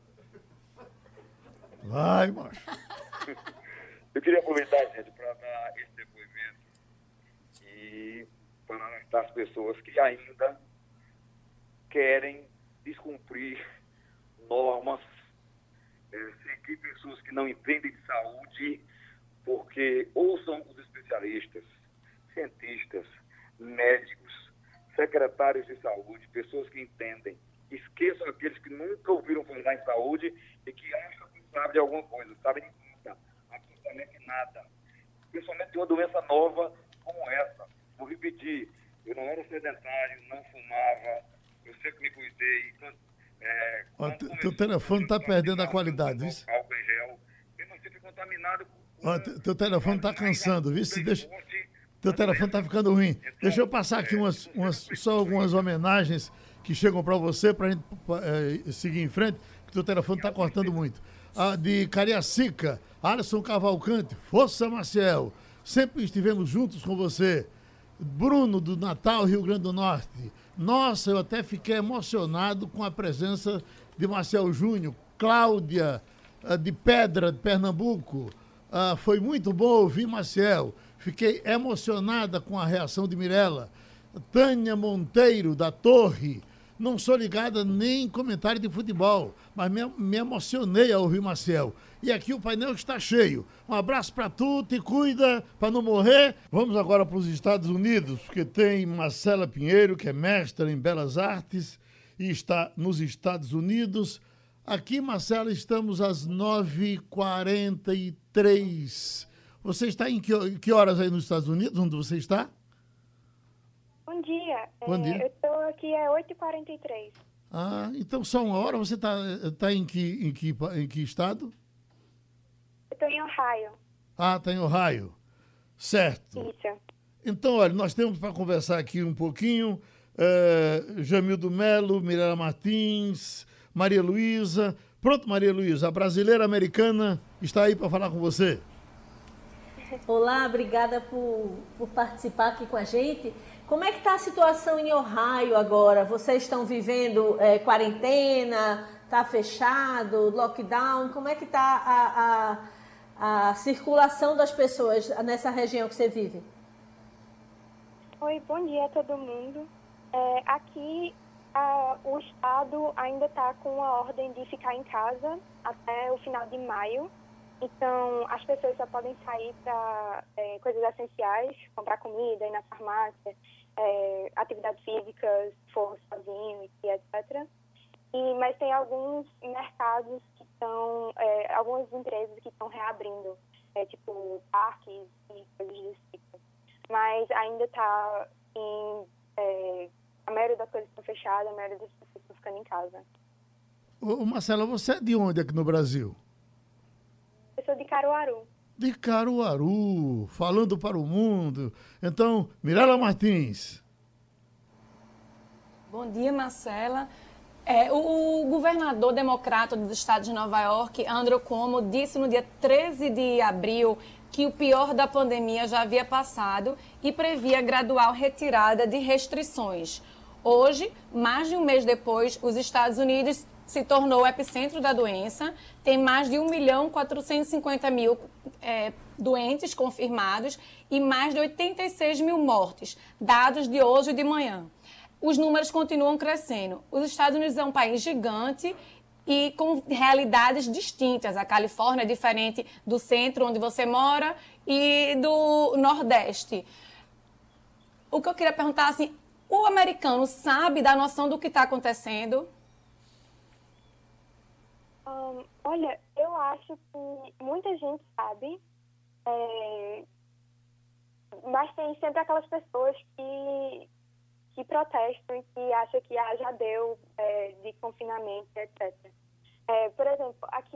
Vai, macho. Eu queria aproveitar, gente, para dar esse depoimento e para alertar as pessoas que ainda querem descumprir normas, seguir pessoas que não entendem de saúde, porque ou são os especialistas, cientistas, médicos, secretários de saúde, pessoas que entendem. Esqueçam aqueles que nunca ouviram falar em saúde e que acham que sabem de alguma coisa, sabem de nada, absolutamente nada. Principalmente de uma doença nova como essa. Vou repetir, eu não era sedentário, não fumava, eu sempre me cuidei. Teu telefone está perdendo a qualidade, viu? Álcool em gel, eu não sempre contaminado com... Teu telefone está cansando, viu? Teu telefone está ficando ruim. Deixa eu passar aqui só algumas homenagens que chegam para você, para a gente seguir em frente, que teu telefone está cortando muito. A de Cariacica, Alisson Cavalcante, Força Maciel, sempre estivemos juntos com você. Bruno, do Natal, Rio Grande do Norte. Nossa, eu até fiquei emocionado com a presença de Marcel Júnior. Cláudia, de Pedra, de Pernambuco. Foi muito bom ouvir Marcel. Fiquei emocionada com a reação de Mirella. Tânia Monteiro, da Torre. Não sou ligada nem em comentário de futebol, mas me emocionei ao ouvir Marcel. E aqui o painel está cheio. Um abraço para tu, te cuida, para não morrer. Vamos agora para os Estados Unidos, porque tem Marcela Pinheiro, que é mestra em Belas Artes e está nos Estados Unidos. Aqui, Marcela, estamos às 9h43. Você está em que horas aí nos Estados Unidos? Onde você está? Bom dia. Bom dia. Eu estou aqui, 8h43. Então só uma hora. Você está em que estado? Eu estou em Ohio. Está em Ohio. Certo. Isso. Então, olha, nós temos para conversar aqui um pouquinho. Jamildo Melo, Mirella Martins, Maria Luísa. Pronto, Maria Luísa, a brasileira americana está aí para falar com você. Olá, obrigada por participar aqui com a gente. Como é que está a situação em Ohio agora? Vocês estão vivendo quarentena? Está fechado? Lockdown? Como é que está a circulação das pessoas nessa região que você vive? Oi, bom dia a todo mundo. Aqui o estado ainda está com a ordem de ficar em casa até o final de maio. Então, as pessoas só podem sair para coisas essenciais, comprar comida, ir na farmácia, atividades físicas, se for sozinho, e etc. Mas tem alguns mercados que estão, algumas empresas que estão reabrindo, tipo parques e coisas desse tipo. Mas ainda está a maioria das coisas estão fechadas, a maioria das pessoas estão ficando em casa. Ô, Marcela, você é de onde aqui no Brasil? Eu sou de Caruaru. De Caruaru, falando para o mundo. Então, Mirella Martins. Bom dia, Marcela. O governador democrata do estado de Nova York, Andrew Cuomo, disse no dia 13 de abril que o pior da pandemia já havia passado e previa gradual retirada de restrições. Hoje, mais de um mês depois, os Estados Unidos se tornou o epicentro da doença, tem mais de 1.450.000 doentes confirmados e mais de 86 mil mortes, dados de hoje e de manhã. Os números continuam crescendo. Os Estados Unidos é um país gigante e com realidades distintas. A Califórnia é diferente do centro, onde você mora, e do Nordeste. O que eu queria perguntar, assim, o americano sabe da noção do que está acontecendo? Olha, eu acho que muita gente sabe, mas tem sempre aquelas pessoas que protestam e que acham que já deu de confinamento, etc. Por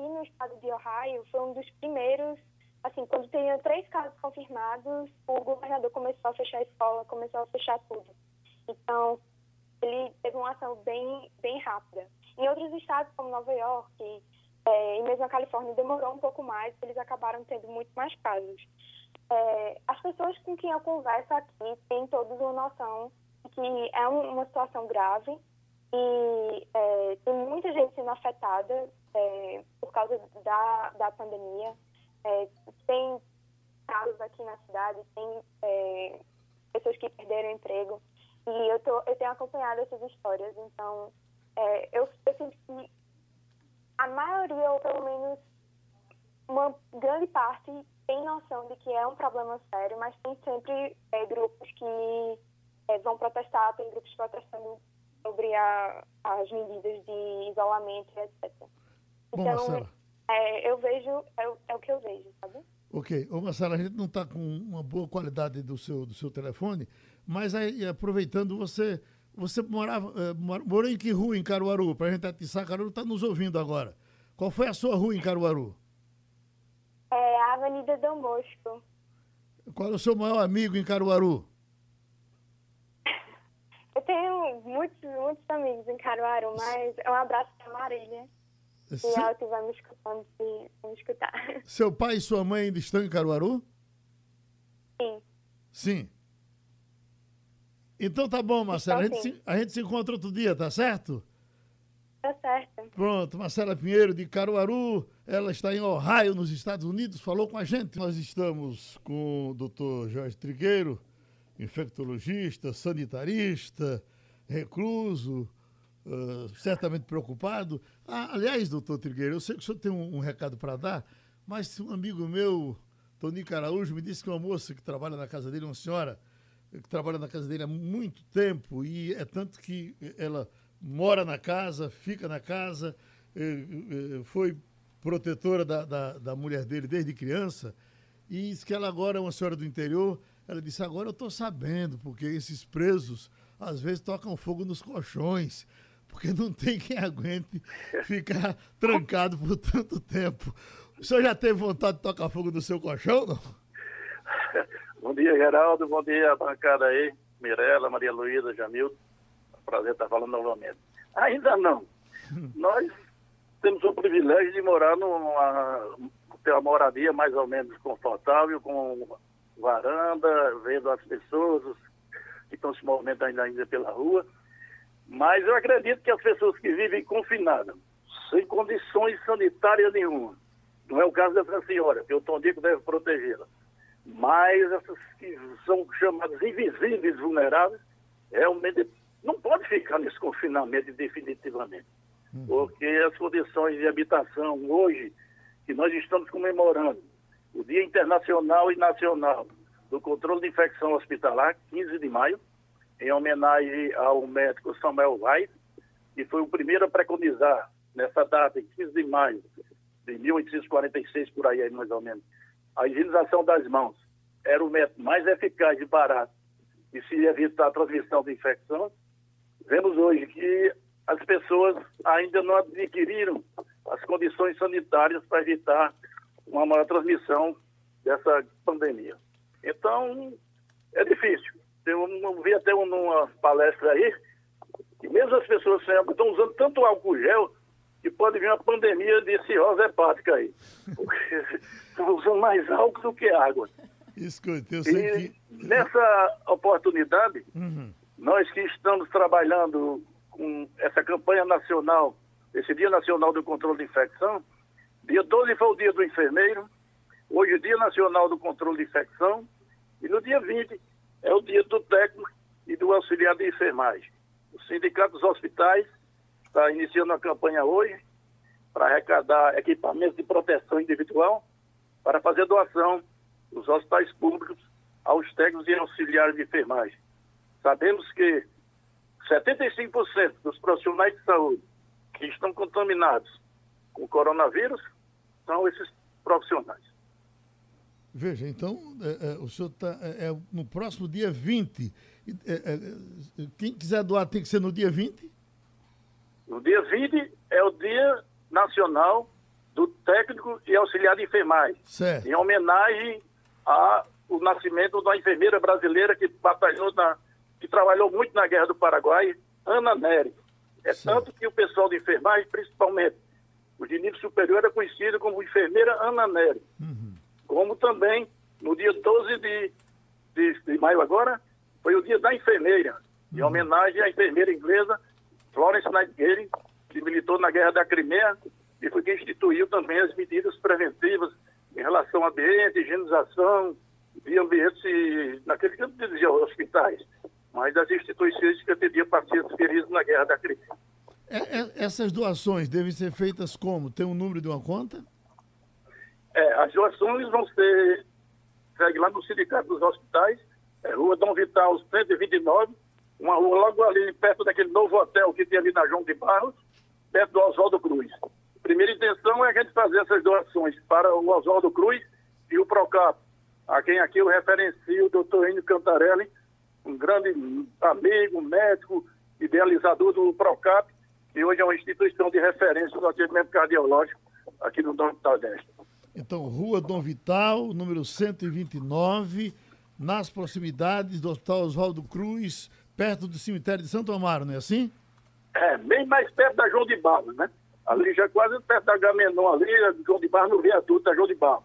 no estado de Ohio, foi um dos primeiros, assim, quando tinha 3 casos confirmados, o governador começou a fechar a escola, começou a fechar tudo. Então, ele teve uma ação bem rápida. Em outros estados, como Nova York e mesmo a Califórnia, demorou um pouco mais, eles acabaram tendo muito mais casos. As pessoas com quem eu converso aqui têm todos uma noção de que é uma situação grave e tem muita gente sendo afetada por causa da pandemia. Tem casos aqui na cidade, tem pessoas que perderam o emprego. E eu tenho acompanhado essas histórias, então eu sinto que a maioria, ou pelo menos uma grande parte, tem noção de que é um problema sério, mas tem sempre grupos que vão protestar, tem grupos protestando sobre as medidas de isolamento, etc. Bom, Então, Marcela, eu vejo, é o que eu vejo, sabe? ok. Ô, Marcela, a gente não está com uma boa qualidade do seu telefone, mas aí, aproveitando, você morou em que rua em Caruaru? Para a gente atiçar, Caruaru está nos ouvindo agora. Qual foi a sua rua em Caruaru? A Avenida Dom Bosco. Qual é o seu maior amigo em Caruaru? Eu tenho muitos amigos em Caruaru, mas um abraço para Marília. E ela que vai me escutando, se me escutar. Seu pai e sua mãe ainda estão em Caruaru? Sim. Sim. Então tá bom, Marcela. A gente se encontra outro dia, tá certo? Tá certo. Pronto, Marcela Pinheiro de Caruaru, ela está em Ohio, nos Estados Unidos, falou com a gente. Nós estamos com o Dr. Jorge Trigueiro, infectologista, sanitarista, recluso, certamente preocupado. Aliás, doutor Trigueiro, eu sei que o senhor tem um recado para dar, mas um amigo meu, Tonico Araújo, me disse que uma moça que trabalha na casa dele, uma senhora que trabalha na casa dele há muito tempo, e é tanto que ela mora na casa, fica na casa, foi protetora da mulher dele desde criança, e diz que ela agora é uma senhora do interior. Ela disse, agora eu estou sabendo, porque esses presos às vezes tocam fogo nos colchões, porque não tem quem aguente ficar trancado por tanto tempo. O senhor já teve vontade de tocar fogo no seu colchão, não? Bom dia, Geraldo. Bom dia, bancada aí. Mirela, Maria Luísa, Jamildo. Prazer estar falando novamente. Ainda não. Nós temos o privilégio de morar ter uma moradia mais ou menos confortável, com varanda, vendo as pessoas que estão se movimentando ainda pela rua. Mas eu acredito que as pessoas que vivem confinadas, sem condições sanitárias nenhuma, não é o caso dessa senhora, que o Tonico deve protegê-la, mas essas que são chamadas invisíveis vulneráveis, realmente não pode ficar nesse confinamento definitivamente. Porque as condições de habitação hoje, que nós estamos comemorando, o Dia Internacional e Nacional do Controle de Infecção Hospitalar, 15 de maio, em homenagem ao médico Samuel White, que foi o primeiro a preconizar, nessa data, em 15 de maio de 1846, por aí mais ou menos, a higienização das mãos era o método mais eficaz e barato de se evitar a transmissão de infecção. Vemos hoje que as pessoas ainda não adquiriram as condições sanitárias para evitar uma maior transmissão dessa pandemia. Então, é difícil. Eu vi até numa palestra aí que mesmo as pessoas estão usando tanto álcool gel que pode vir uma pandemia de cirrose hepática aí. Porque estão usando mais álcool do que água. Escuta, eu sei que... Nessa oportunidade, nós que estamos trabalhando com essa campanha nacional, esse Dia Nacional do Controle de Infecção, dia 12 foi o dia do enfermeiro, hoje é o Dia Nacional do Controle de Infecção, e no dia 20 é o dia do técnico e do auxiliar de enfermagem. O Sindicato dos Hospitais está iniciando a campanha hoje para arrecadar equipamentos de proteção individual para fazer doação dos hospitais públicos aos técnicos e auxiliares de enfermagem. Sabemos que 75% dos profissionais de saúde que estão contaminados com o coronavírus são esses profissionais. Veja, então, o senhor está no próximo dia 20. Quem quiser doar tem que ser no dia 20? No dia 20 é o Dia Nacional do técnico e auxiliar de enfermagem, certo, em homenagem ao nascimento da enfermeira brasileira que trabalhou muito na Guerra do Paraguai, Ana Nery. É certo. tanto que o pessoal de enfermagem, principalmente os de nível superior, era conhecido como enfermeira Ana Nery. Como também, no dia 12 de maio agora, foi o dia da enfermeira, em homenagem à enfermeira inglesa Florence Nightingale, que militou na Guerra da Crimeia e foi quem instituiu também as medidas preventivas em relação ao ambiente, higienização de ambientes, naquele que eu dizia, hospitais, mas das instituições que atendiam pacientes feridos na Guerra da Crimeia. Essas doações devem ser feitas como? Tem um número de uma conta? As doações vão ser segue lá no Sindicato dos Hospitais, Rua Dom Vital 129, uma rua logo ali perto daquele novo hotel que tem ali na João de Barros, perto do Oswaldo Cruz. A primeira intenção é a gente fazer essas doações para o Oswaldo Cruz e o Procap, a quem aqui eu referencio o doutor Enio Cantarelli, um grande amigo, médico, idealizador do Procap, que hoje é uma instituição de referência no atendimento cardiológico aqui no Nordeste. Então, Rua Dom Vital, número 129, nas proximidades do Hospital Oswaldo Cruz, perto do cemitério de Santo Amaro, não é assim? Bem mais perto da João de Barros, né? Ali já quase perto da Gamenon, ali, João de Barros, no viaduto da João de Barros.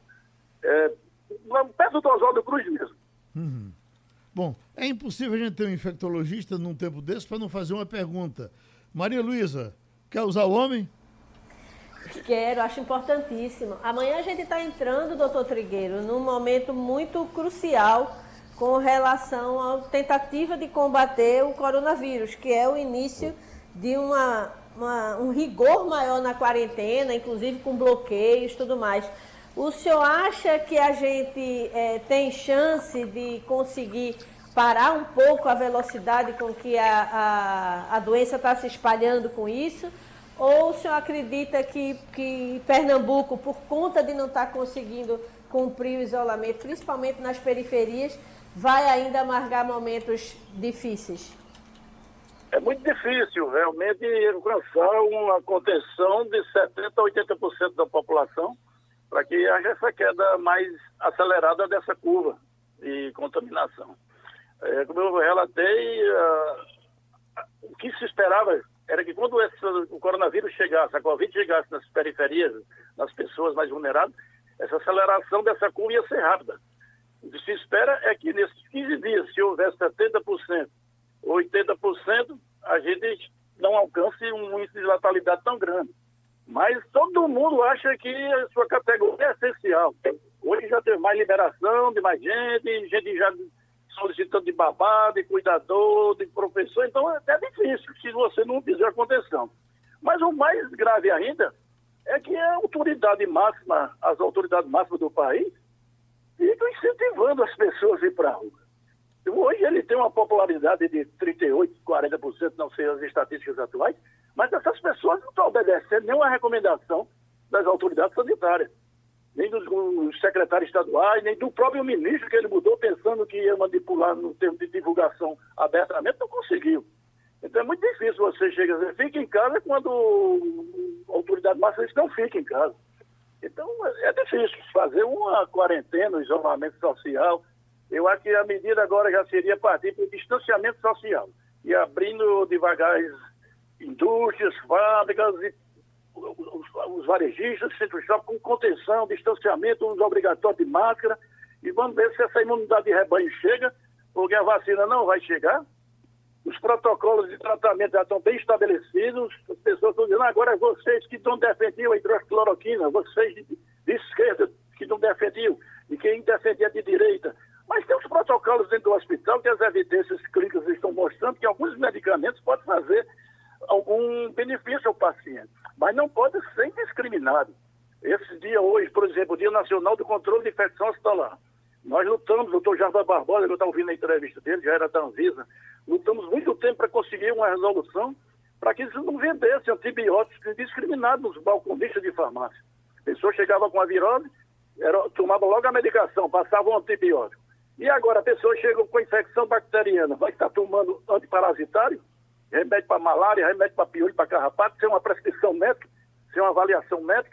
Perto do Oswaldo Cruz mesmo. Bom, é impossível a gente ter um infectologista num tempo desse para não fazer uma pergunta. Maria Luísa, quer usar o homem? Quero, acho importantíssimo. Amanhã a gente está entrando, doutor Trigueiro, num momento muito crucial com relação à tentativa de combater o coronavírus, que é o início de um rigor maior na quarentena, inclusive com bloqueios e tudo mais. O senhor acha que a gente tem chance de conseguir parar um pouco a velocidade com que a doença está se espalhando com isso? Ou o senhor acredita que Pernambuco, por conta de não estar conseguindo cumprir o isolamento, principalmente nas periferias, vai ainda amargar momentos difíceis? É muito difícil, realmente, alcançar uma contenção de 70% a 80% da população para que haja essa queda mais acelerada dessa curva de contaminação. Como eu relatei, o que se esperava era que quando o coronavírus chegasse, a Covid chegasse nas periferias, nas pessoas mais vulneráveis, essa aceleração dessa curva ia ser rápida. O que se espera é que nesses 15 dias, se houver 70% ou 80%, a gente não alcance um índice de letalidade tão grande. Mas todo mundo acha que a sua categoria é essencial. Hoje já teve mais liberação de mais gente já solicitando de babá, de cuidador, de professor, então é difícil se você não fizer a contenção. Mas o mais grave ainda é que a autoridade máxima, as autoridades máximas do país, ficam incentivando as pessoas a ir para a rua. Hoje ele tem uma popularidade de 38%, 40%, não sei as estatísticas atuais, mas essas pessoas não estão obedecendo nenhuma recomendação das autoridades sanitárias, nem dos secretários estaduais, nem do próprio ministro, que ele mudou pensando que ia manipular no termo de divulgação abertamente, não conseguiu. Então é muito difícil você chegar a dizer, fique em casa, quando a autoridade máxima diz, não fique em casa. Então é difícil fazer uma quarentena, um isolamento social. Eu acho que a medida agora já seria partir para o distanciamento social e abrindo devagar as indústrias, fábricas e os varejistas, centro shopping, com contenção, distanciamento, uso obrigatório de máscara, e vamos ver se essa imunidade de rebanho chega, porque a vacina não vai chegar. Os protocolos de tratamento já estão bem estabelecidos, as pessoas estão dizendo, agora vocês que não defendiam a hidroxicloroquina, vocês de esquerda que não defendiam, e quem defendia de direita. Mas tem os protocolos dentro do hospital que as evidências clínicas estão mostrando que alguns medicamentos podem fazer algum benefício ao paciente, mas não pode ser indiscriminado. Esse dia hoje, por exemplo, o Dia Nacional do Controle de Infecção Hospitalar. Nós lutamos, o doutor Jarbas Barbosa, eu estava ouvindo a entrevista dele, já era da Anvisa, lutamos muito tempo para conseguir uma resolução para que eles não vendessem antibióticos indiscriminados nos balconistas de farmácia. A pessoa chegava com a virose, tomava logo a medicação, passava um antibiótico. E agora a pessoa chega com infecção bacteriana, vai estar tomando antiparasitário, remédio para malária, remédio para piolho, para carrapato, sem uma prescrição médica, sem uma avaliação médica.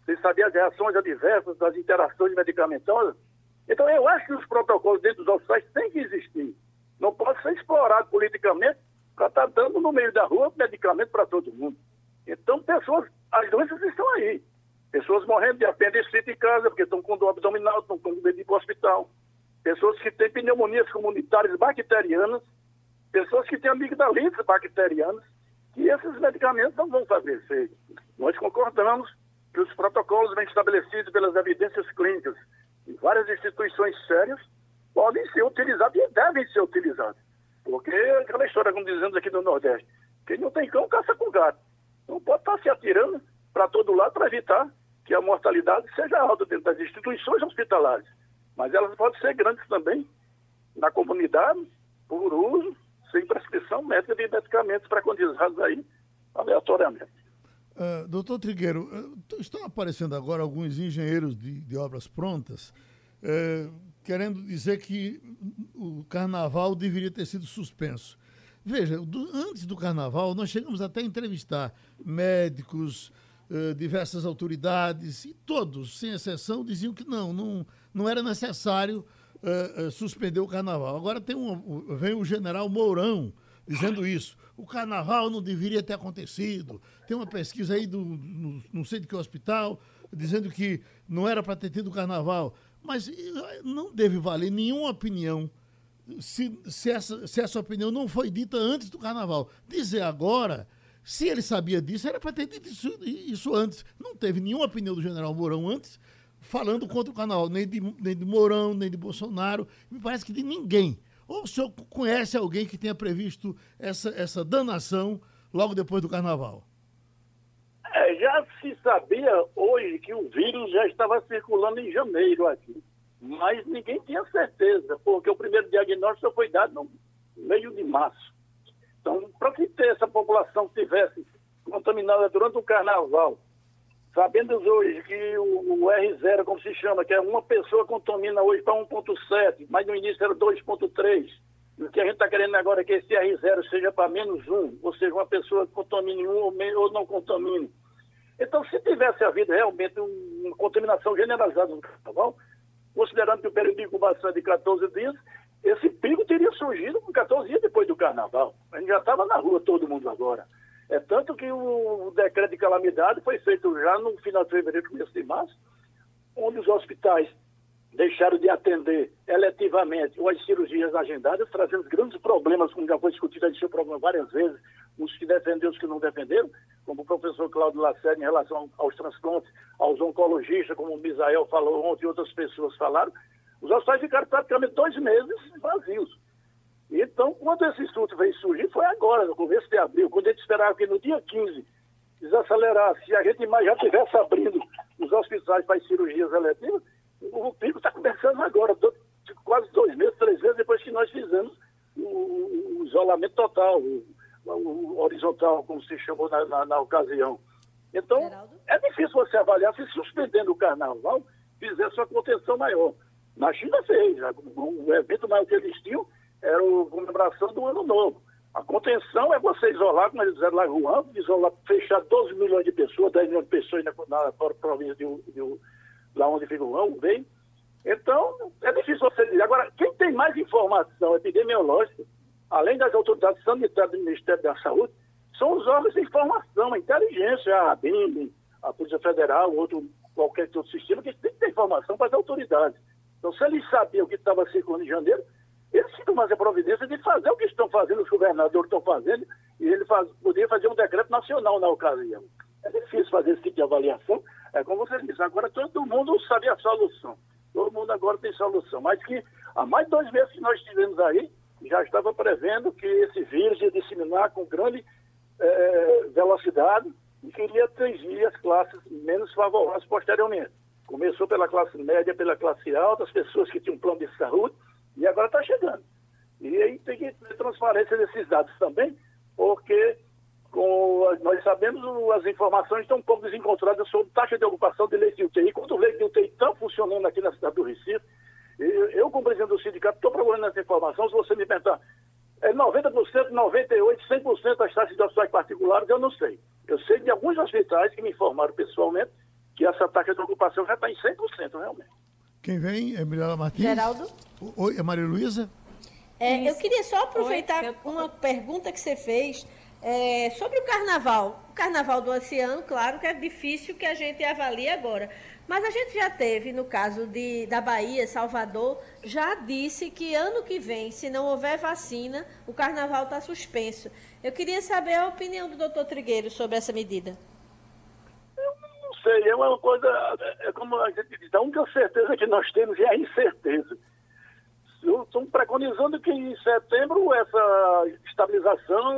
sem saber as reações adversas, das interações medicamentosas. Então, eu acho que os protocolos dentro dos hospitais têm que existir. Não pode ser explorado politicamente para estar dando no meio da rua medicamento para todo mundo. Então, as doenças estão aí. Pessoas morrendo de apendicite em casa, porque estão com dor abdominal, estão com medo de ir para o hospital. Pessoas que têm pneumonias comunitárias bacterianas, pessoas que têm amigdalites bacterianas, e esses medicamentos não vão fazer efeito. Nós concordamos que os protocolos bem estabelecidos pelas evidências clínicas em várias instituições sérias podem ser utilizados e devem ser utilizados. Porque aquela história, como dizemos aqui no Nordeste, quem não tem cão, caça com gato. Não pode estar se atirando para todo lado para evitar que a mortalidade seja alta dentro das instituições hospitalares. Mas elas podem ser grandes também na comunidade, por uso, sem prescrição médica de medicamentos preconizados aí aleatoriamente. Doutor Trigueiro, estão aparecendo agora alguns engenheiros de obras prontas querendo dizer que o carnaval deveria ter sido suspenso. Veja, antes do carnaval, nós chegamos até a entrevistar médicos, diversas autoridades, e todos, sem exceção, diziam que não era necessário suspender o carnaval. Agora vem o general Mourão dizendo isso. O carnaval não deveria ter acontecido. Tem uma pesquisa aí não sei de que hospital, dizendo que não era para ter tido carnaval. Mas não deve valer nenhuma opinião se essa opinião não foi dita antes do carnaval. Dizer agora, se ele sabia disso, era para ter dito isso antes. Não teve nenhuma opinião do general Mourão antes falando contra o carnaval, nem de Mourão, nem de Bolsonaro, me parece que de ninguém. Ou o senhor conhece alguém que tenha previsto essa danação logo depois do carnaval? Já se sabia hoje que o vírus já estava circulando em janeiro aqui, mas ninguém tinha certeza, porque o primeiro diagnóstico foi dado no meio de março. Então, para que essa população estivesse contaminada durante o carnaval, sabendo hoje que o R0, como se chama, que é uma pessoa contamina hoje para 1,7, mas no início era 2,3. O que a gente está querendo agora é que esse R0 seja para -1, ou seja, uma pessoa contamine ou não contamine. Então, se tivesse havido realmente uma contaminação generalizada no carnaval, considerando que o período de incubação é de 14 dias, esse pico teria surgido com 14 dias depois do carnaval. A gente já estava na rua todo mundo agora. É tanto que o decreto de calamidade foi feito já no final de fevereiro, começo de março, onde os hospitais deixaram de atender eletivamente ou as cirurgias agendadas, trazendo grandes problemas, como já foi discutido esse problema várias vezes, os que defenderam, os que não defenderam, como o professor Cláudio Lacerda em relação aos transplantes, aos oncologistas, como o Misael falou ontem e outras pessoas falaram. Os hospitais ficaram praticamente 2 meses vazios. Então, quando esse surto veio surgir, foi agora, no começo de abril, quando a gente esperava que no dia 15 desacelerasse, se a gente já estivesse abrindo os hospitais para as cirurgias eletivas, o pico está começando agora, quase 2 meses, 3 meses depois que nós fizemos o isolamento total, o horizontal, como se chamou na ocasião. Então, Geraldo? É difícil você avaliar se suspendendo o carnaval fizesse uma contenção maior. Na China fez, o evento maior que eles tinham era a comemoração do Ano Novo. A contenção é você isolar, como eles fizeram lá em Wuhan, fechar 12 milhões de pessoas, 10 milhões de pessoas na província lá onde fica o Wuhan, bem. Então, é difícil você dizer. Agora, quem tem mais informação epidemiológica, além das autoridades sanitárias do Ministério da Saúde, são os órgãos de informação, a inteligência, a ABIN, a Polícia Federal, qualquer outro sistema, que tem que ter informação para as autoridades. Então, se eles sabiam o que estava circulando em janeiro, eles ficam mais a providência de fazer o que estão fazendo, os governadores estão fazendo, e ele poderia fazer um decreto nacional na ocasião. É difícil fazer esse tipo de avaliação. É como você disse, agora todo mundo sabe a solução. Todo mundo agora tem solução. Mas que há mais de 2 meses que nós estivemos aí, já estava prevendo que esse vírus ia disseminar com grande velocidade e que iria atingir as classes menos favoráveis posteriormente. Começou pela classe média, pela classe alta, as pessoas que tinham um plano de saúde, e agora está chegando. E aí tem que ter transparência desses dados também, porque nós sabemos as informações estão um pouco desencontradas sobre taxa de ocupação de leite de UTI. Quando o leite de UTI está funcionando aqui na cidade do Recife, eu como presidente do sindicato, estou procurando essa informação. Se você me perguntar, é 90%, 98%, 100% das taxas de hospitais particulares, eu não sei. Eu sei de alguns hospitais que me informaram pessoalmente que essa taxa de ocupação já está em 100% realmente. Quem vem é Mirela Martins. Geraldo? Oi, é Maria Luísa? Eu queria só aproveitar uma pergunta que você fez sobre o carnaval. O carnaval do oceano, claro que é difícil que a gente avalie agora. Mas a gente já teve, no caso da Bahia, Salvador, já disse que ano que vem, se não houver vacina, o carnaval está suspenso. Eu queria saber a opinião do doutor Trigueiro sobre essa medida. Eu não sei, é uma coisa, é como a gente diz, a única certeza que nós temos é a incerteza. Estão preconizando que em setembro essa estabilização,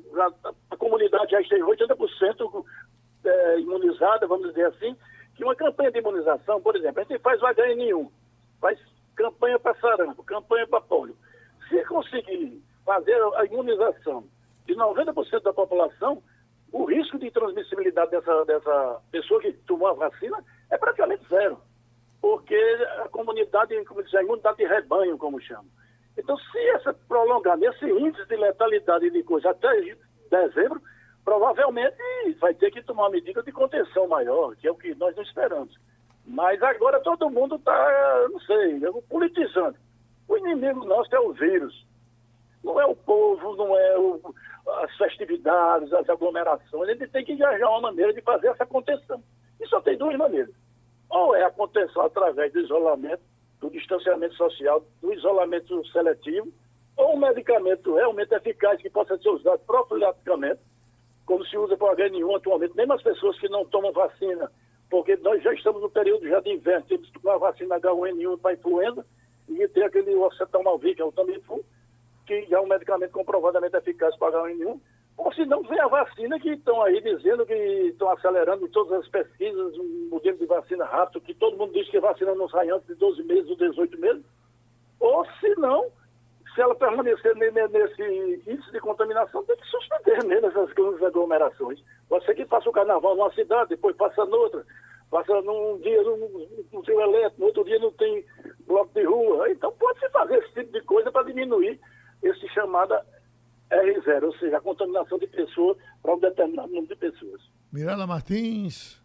a comunidade já esteja 80% imunizada, vamos dizer assim, que uma campanha de imunização, por exemplo, a gente faz o HN1, faz campanha para sarampo, campanha para pólio. Se conseguir fazer a imunização de 90% da população, o risco de transmissibilidade dessa pessoa que tomou a vacina é praticamente zero. Porque a comunidade, como diz, a imunidade de rebanho, como chama. Então, se essa prolongar nesse índice de letalidade de coisa até dezembro, provavelmente vai ter que tomar uma medida de contenção maior, que é o que nós não esperamos. Mas agora todo mundo está, não sei, politizando. O inimigo nosso é o vírus. Não é o povo, não é as festividades, as aglomerações. A gente tem que arranjar uma maneira de fazer essa contenção. E só tem duas maneiras. Ou é a contenção através do isolamento, do distanciamento social, do isolamento seletivo, ou um medicamento realmente eficaz que possa ser usado profilaticamente, como se usa para o HN1 atualmente. Mesmo as pessoas que não tomam vacina, porque nós já estamos no período já de inverno, temos que tomar vacina H1N1 para a influenza, e tem aquele oseltamivir, que é o Tamiflu, que já é um medicamento comprovadamente eficaz para H1N1. Ou se não, vem a vacina que estão aí dizendo que estão acelerando em todas as pesquisas, um modelo de vacina rápido, que todo mundo diz que a vacina não sai antes de 12 meses ou 18 meses. Ou se não, se ela permanecer nesse índice de contaminação, tem que suspender mesmo essas grandes aglomerações. Pode ser que faça o carnaval numa cidade, depois passa noutra, passa num dia no trio elétrico, no outro dia não tem bloco de rua. Então pode-se fazer esse tipo de coisa para diminuir esse chamada R0, ou seja, a contaminação de pessoas para um determinado número de pessoas. Mirela Martins.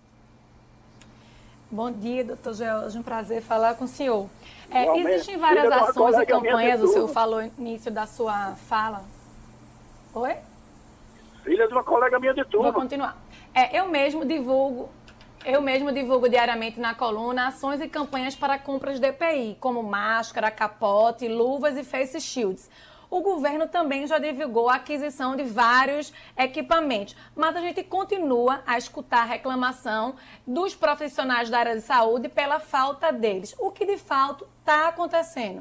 Bom dia, doutor George, um prazer falar com o senhor. Existem várias ações e campanhas, o senhor falou no início da sua fala. Oi? Filha de uma colega minha de turma. Vou continuar. Eu mesmo divulgo diariamente na coluna ações e campanhas para compras de EPI, como máscara, capote, luvas e face shields. O governo também já divulgou a aquisição de vários equipamentos, mas a gente continua a escutar a reclamação dos profissionais da área de saúde pela falta deles. O que de fato está acontecendo?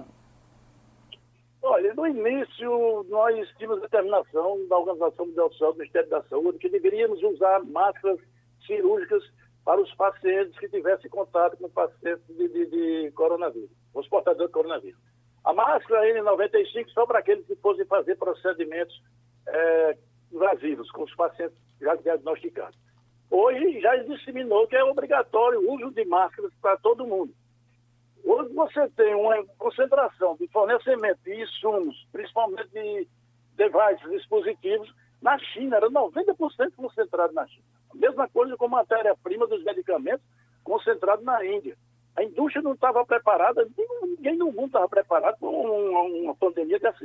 Olha, no início nós tínhamos determinação da Organização Mundial de Saúde, do Ministério da Saúde, que deveríamos usar máscaras cirúrgicas para os pacientes que tivessem contato com pacientes de coronavírus, os portadores de coronavírus. A máscara N95 só para aqueles que fossem fazer procedimentos invasivos com os pacientes já diagnosticados. Hoje já disseminou que é obrigatório o uso de máscaras para todo mundo. Hoje você tem uma concentração de fornecimento de insumos, principalmente de devices, dispositivos, na China, era 90% concentrado na China. A mesma coisa com matéria-prima dos medicamentos concentrado na Índia. A indústria não estava preparada, ninguém no mundo estava preparado para uma pandemia dessa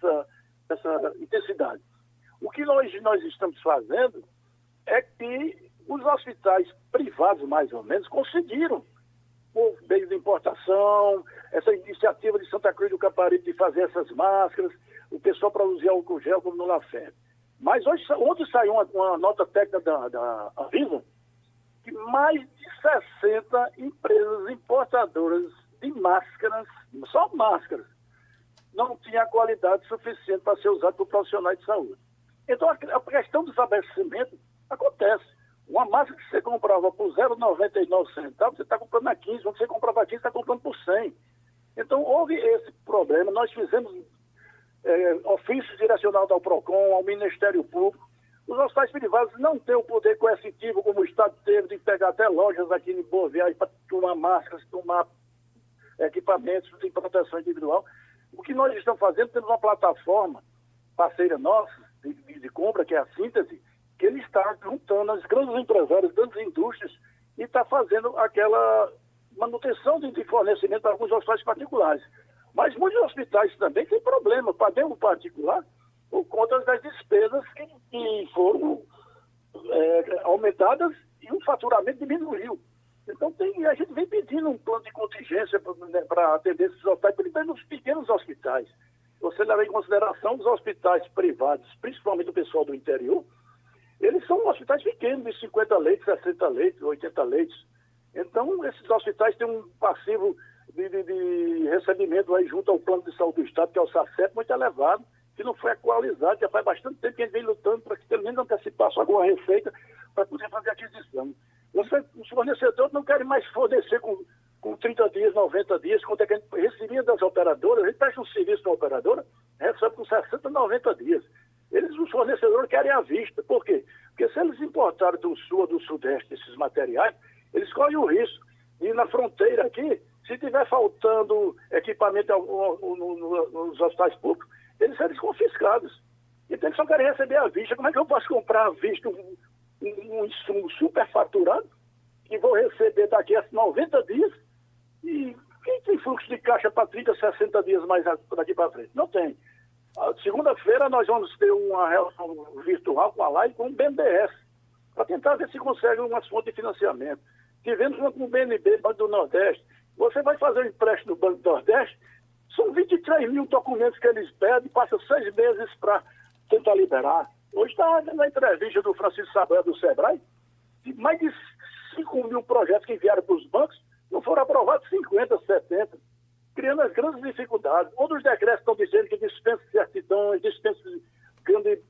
intensidade. O que nós estamos fazendo é que os hospitais privados, mais ou menos, conseguiram, por meio de importação, essa iniciativa de Santa Cruz do Caparibe de fazer essas máscaras, o pessoal produzir álcool gel como no Lafayette. Mas ontem saiu uma nota técnica da Anvisa, que mais de 60 empresas importadoras de máscaras, só máscaras, não tinham a qualidade suficiente para ser usada por profissionais de saúde. Então, a questão do desabastecimento acontece. Uma máscara que você comprava por 0,99 centavos, você está comprando a 15, quando você comprava a 15, você está comprando por 100. Então, houve esse problema. Nós fizemos ofício direcionado ao PROCON, ao Ministério Público. Os hospitais privados não têm o poder coercitivo, como o Estado teve, de pegar até lojas aqui em Boa Viagem para tomar máscaras, tomar equipamentos de proteção individual. O que nós estamos fazendo, temos uma plataforma parceira nossa, de compra, que é a Síntese, que ele está juntando as grandes empresários, grandes indústrias e está fazendo aquela manutenção de fornecimento para alguns hospitais particulares. Mas muitos hospitais também têm problema, pagando particular, por conta das despesas que foram aumentadas e o faturamento diminuiu. Então a gente vem pedindo um plano de contingência para atender esses hospitais, primeiro nos pequenos hospitais. Você leva em consideração os hospitais privados, principalmente o pessoal do interior, eles são hospitais pequenos, de 50 leitos, 60 leitos, 80 leitos. Então, esses hospitais têm um passivo de recebimento aí junto ao Plano de Saúde do Estado, que é o SACEP, muito elevado, que não foi atualizado. Já faz bastante tempo que a gente vem lutando para que pelo menos antecipasse alguma receita para poder fazer aquisição. Os fornecedores não querem mais fornecer com 30 dias, 90 dias, quando é que a gente recebia das operadoras, a gente presta um serviço na operadora, recebe com 60, 90 dias. Os fornecedores querem à vista. Por quê? Porque se eles importarem do sul ou do sudeste esses materiais, eles correm o risco. E na fronteira aqui, se estiver faltando equipamento nos hospitais públicos, eles serão confiscados. Então eles só querem receber à vista. Como é que eu posso comprar à vista um insumo superfaturado que vou receber daqui a 90 dias? E quem tem fluxo de caixa para 30, 60 dias mais daqui para frente? Não tem. Segunda-feira nós vamos ter uma relação virtual com a LAI e com o BNDES, para tentar ver se consegue uma fonte de financiamento. Tivemos uma com o BNB, Banco do Nordeste. Você vai fazer um empréstimo no Banco do Nordeste, são 23 mil documentos que eles pedem, passa 6 meses para tentar liberar. Hoje está na entrevista do Francisco Sabré do Sebrae, de mais de 5 mil projetos que enviaram para os bancos, não foram aprovados 50, 70. Criando as grandes dificuldades. Outros decretos estão dizendo que dispensa certidões, dispensa grande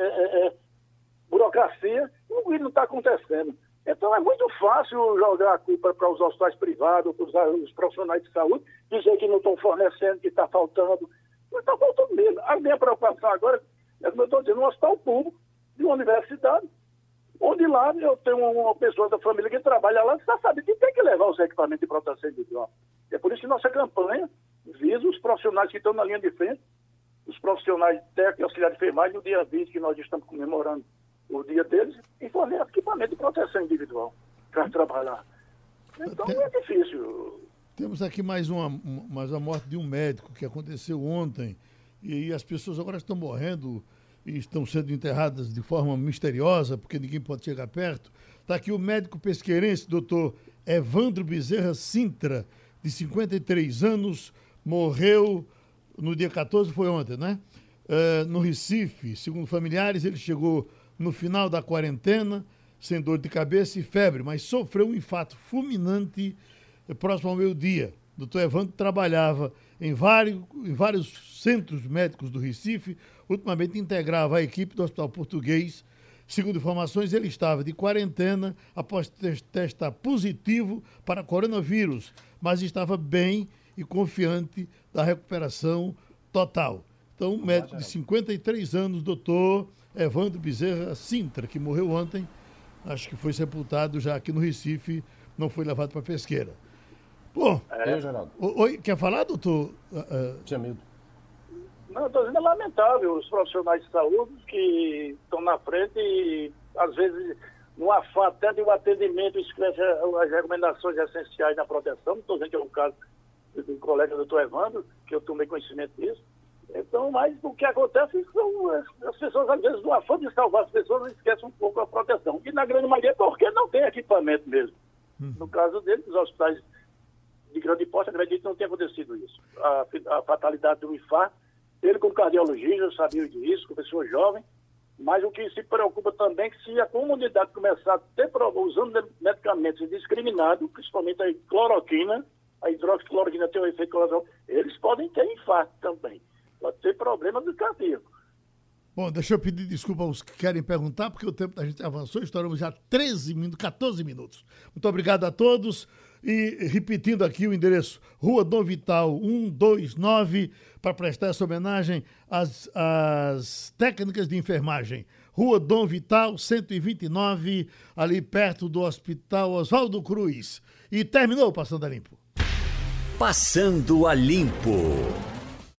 burocracia, e não está acontecendo. Então é muito fácil jogar a culpa para os hospitais privados, para os profissionais de saúde, dizer que não estão fornecendo, que está faltando. Não está faltando mesmo. A minha preocupação agora é, como eu estou dizendo, um hospital público de uma universidade, onde lá eu tenho uma pessoa da família que trabalha lá, que já sabe que tem que levar os equipamentos de proteção individual. É por isso que nossa campanha visa os profissionais que estão na linha de frente, os profissionais técnicos e auxiliares de enfermagem, no dia 20, que nós estamos comemorando o dia deles, e fornecer equipamento de proteção individual para trabalhar. Então é difícil. Temos aqui mais uma morte de um médico que aconteceu ontem, e as pessoas agora estão morrendo e estão sendo enterradas de forma misteriosa, porque ninguém pode chegar perto. Está aqui o médico pesqueirense, doutor Evandro Bezerra Sintra, de 53 anos, morreu no dia 14, foi ontem, né? No Recife. Segundo familiares, ele chegou no final da quarentena, sem dor de cabeça e febre, mas sofreu um infarto fulminante próximo ao meio-dia. O doutor Evandro trabalhava em vários centros médicos do Recife, ultimamente integrava a equipe do Hospital Português. Segundo informações, ele estava de quarentena após testar positivo para coronavírus, mas estava bem e confiante da recuperação total. Então, um médico de 53 anos, doutor Evandro Bezerra Sintra, que morreu ontem, acho que foi sepultado já aqui no Recife, não foi levado para Pesqueira. Bom, Geraldo. Oi, quer falar, doutor? Jamildo. Não, estou dizendo, é lamentável os profissionais de saúde que estão na frente e, às vezes, no afã até de um atendimento, escreve as recomendações essenciais na proteção. Não estou dizendo que é o caso do colega doutor Evandro, que eu tomei conhecimento disso. Então, mas o que acontece são as pessoas, às vezes, no afã de salvar as pessoas, esquecem um pouco a proteção. E, na grande maioria, porque não tem equipamento mesmo. No caso deles, os hospitais de grande porte, acredito que não tenha acontecido isso. A fatalidade do infarto, ele como cardiologista sabia disso, com pessoa jovem, mas o que se preocupa também é que se a comunidade começar a ter usando medicamentos indiscriminados, principalmente a cloroquina, a hidroxicloroquina tem um efeito colateral, eles podem ter infarto também. Pode ter problema do cardíaco. Bom, deixa eu pedir desculpa aos que querem perguntar, porque o tempo da gente avançou, estouramos já 14 minutos. Muito obrigado a todos. E repetindo aqui o endereço, Rua Dom Vital 129, para prestar essa homenagem às técnicas de enfermagem. Rua Dom Vital 129, ali perto do Hospital Oswaldo Cruz. E terminou Passando a Limpo. Passando a Limpo.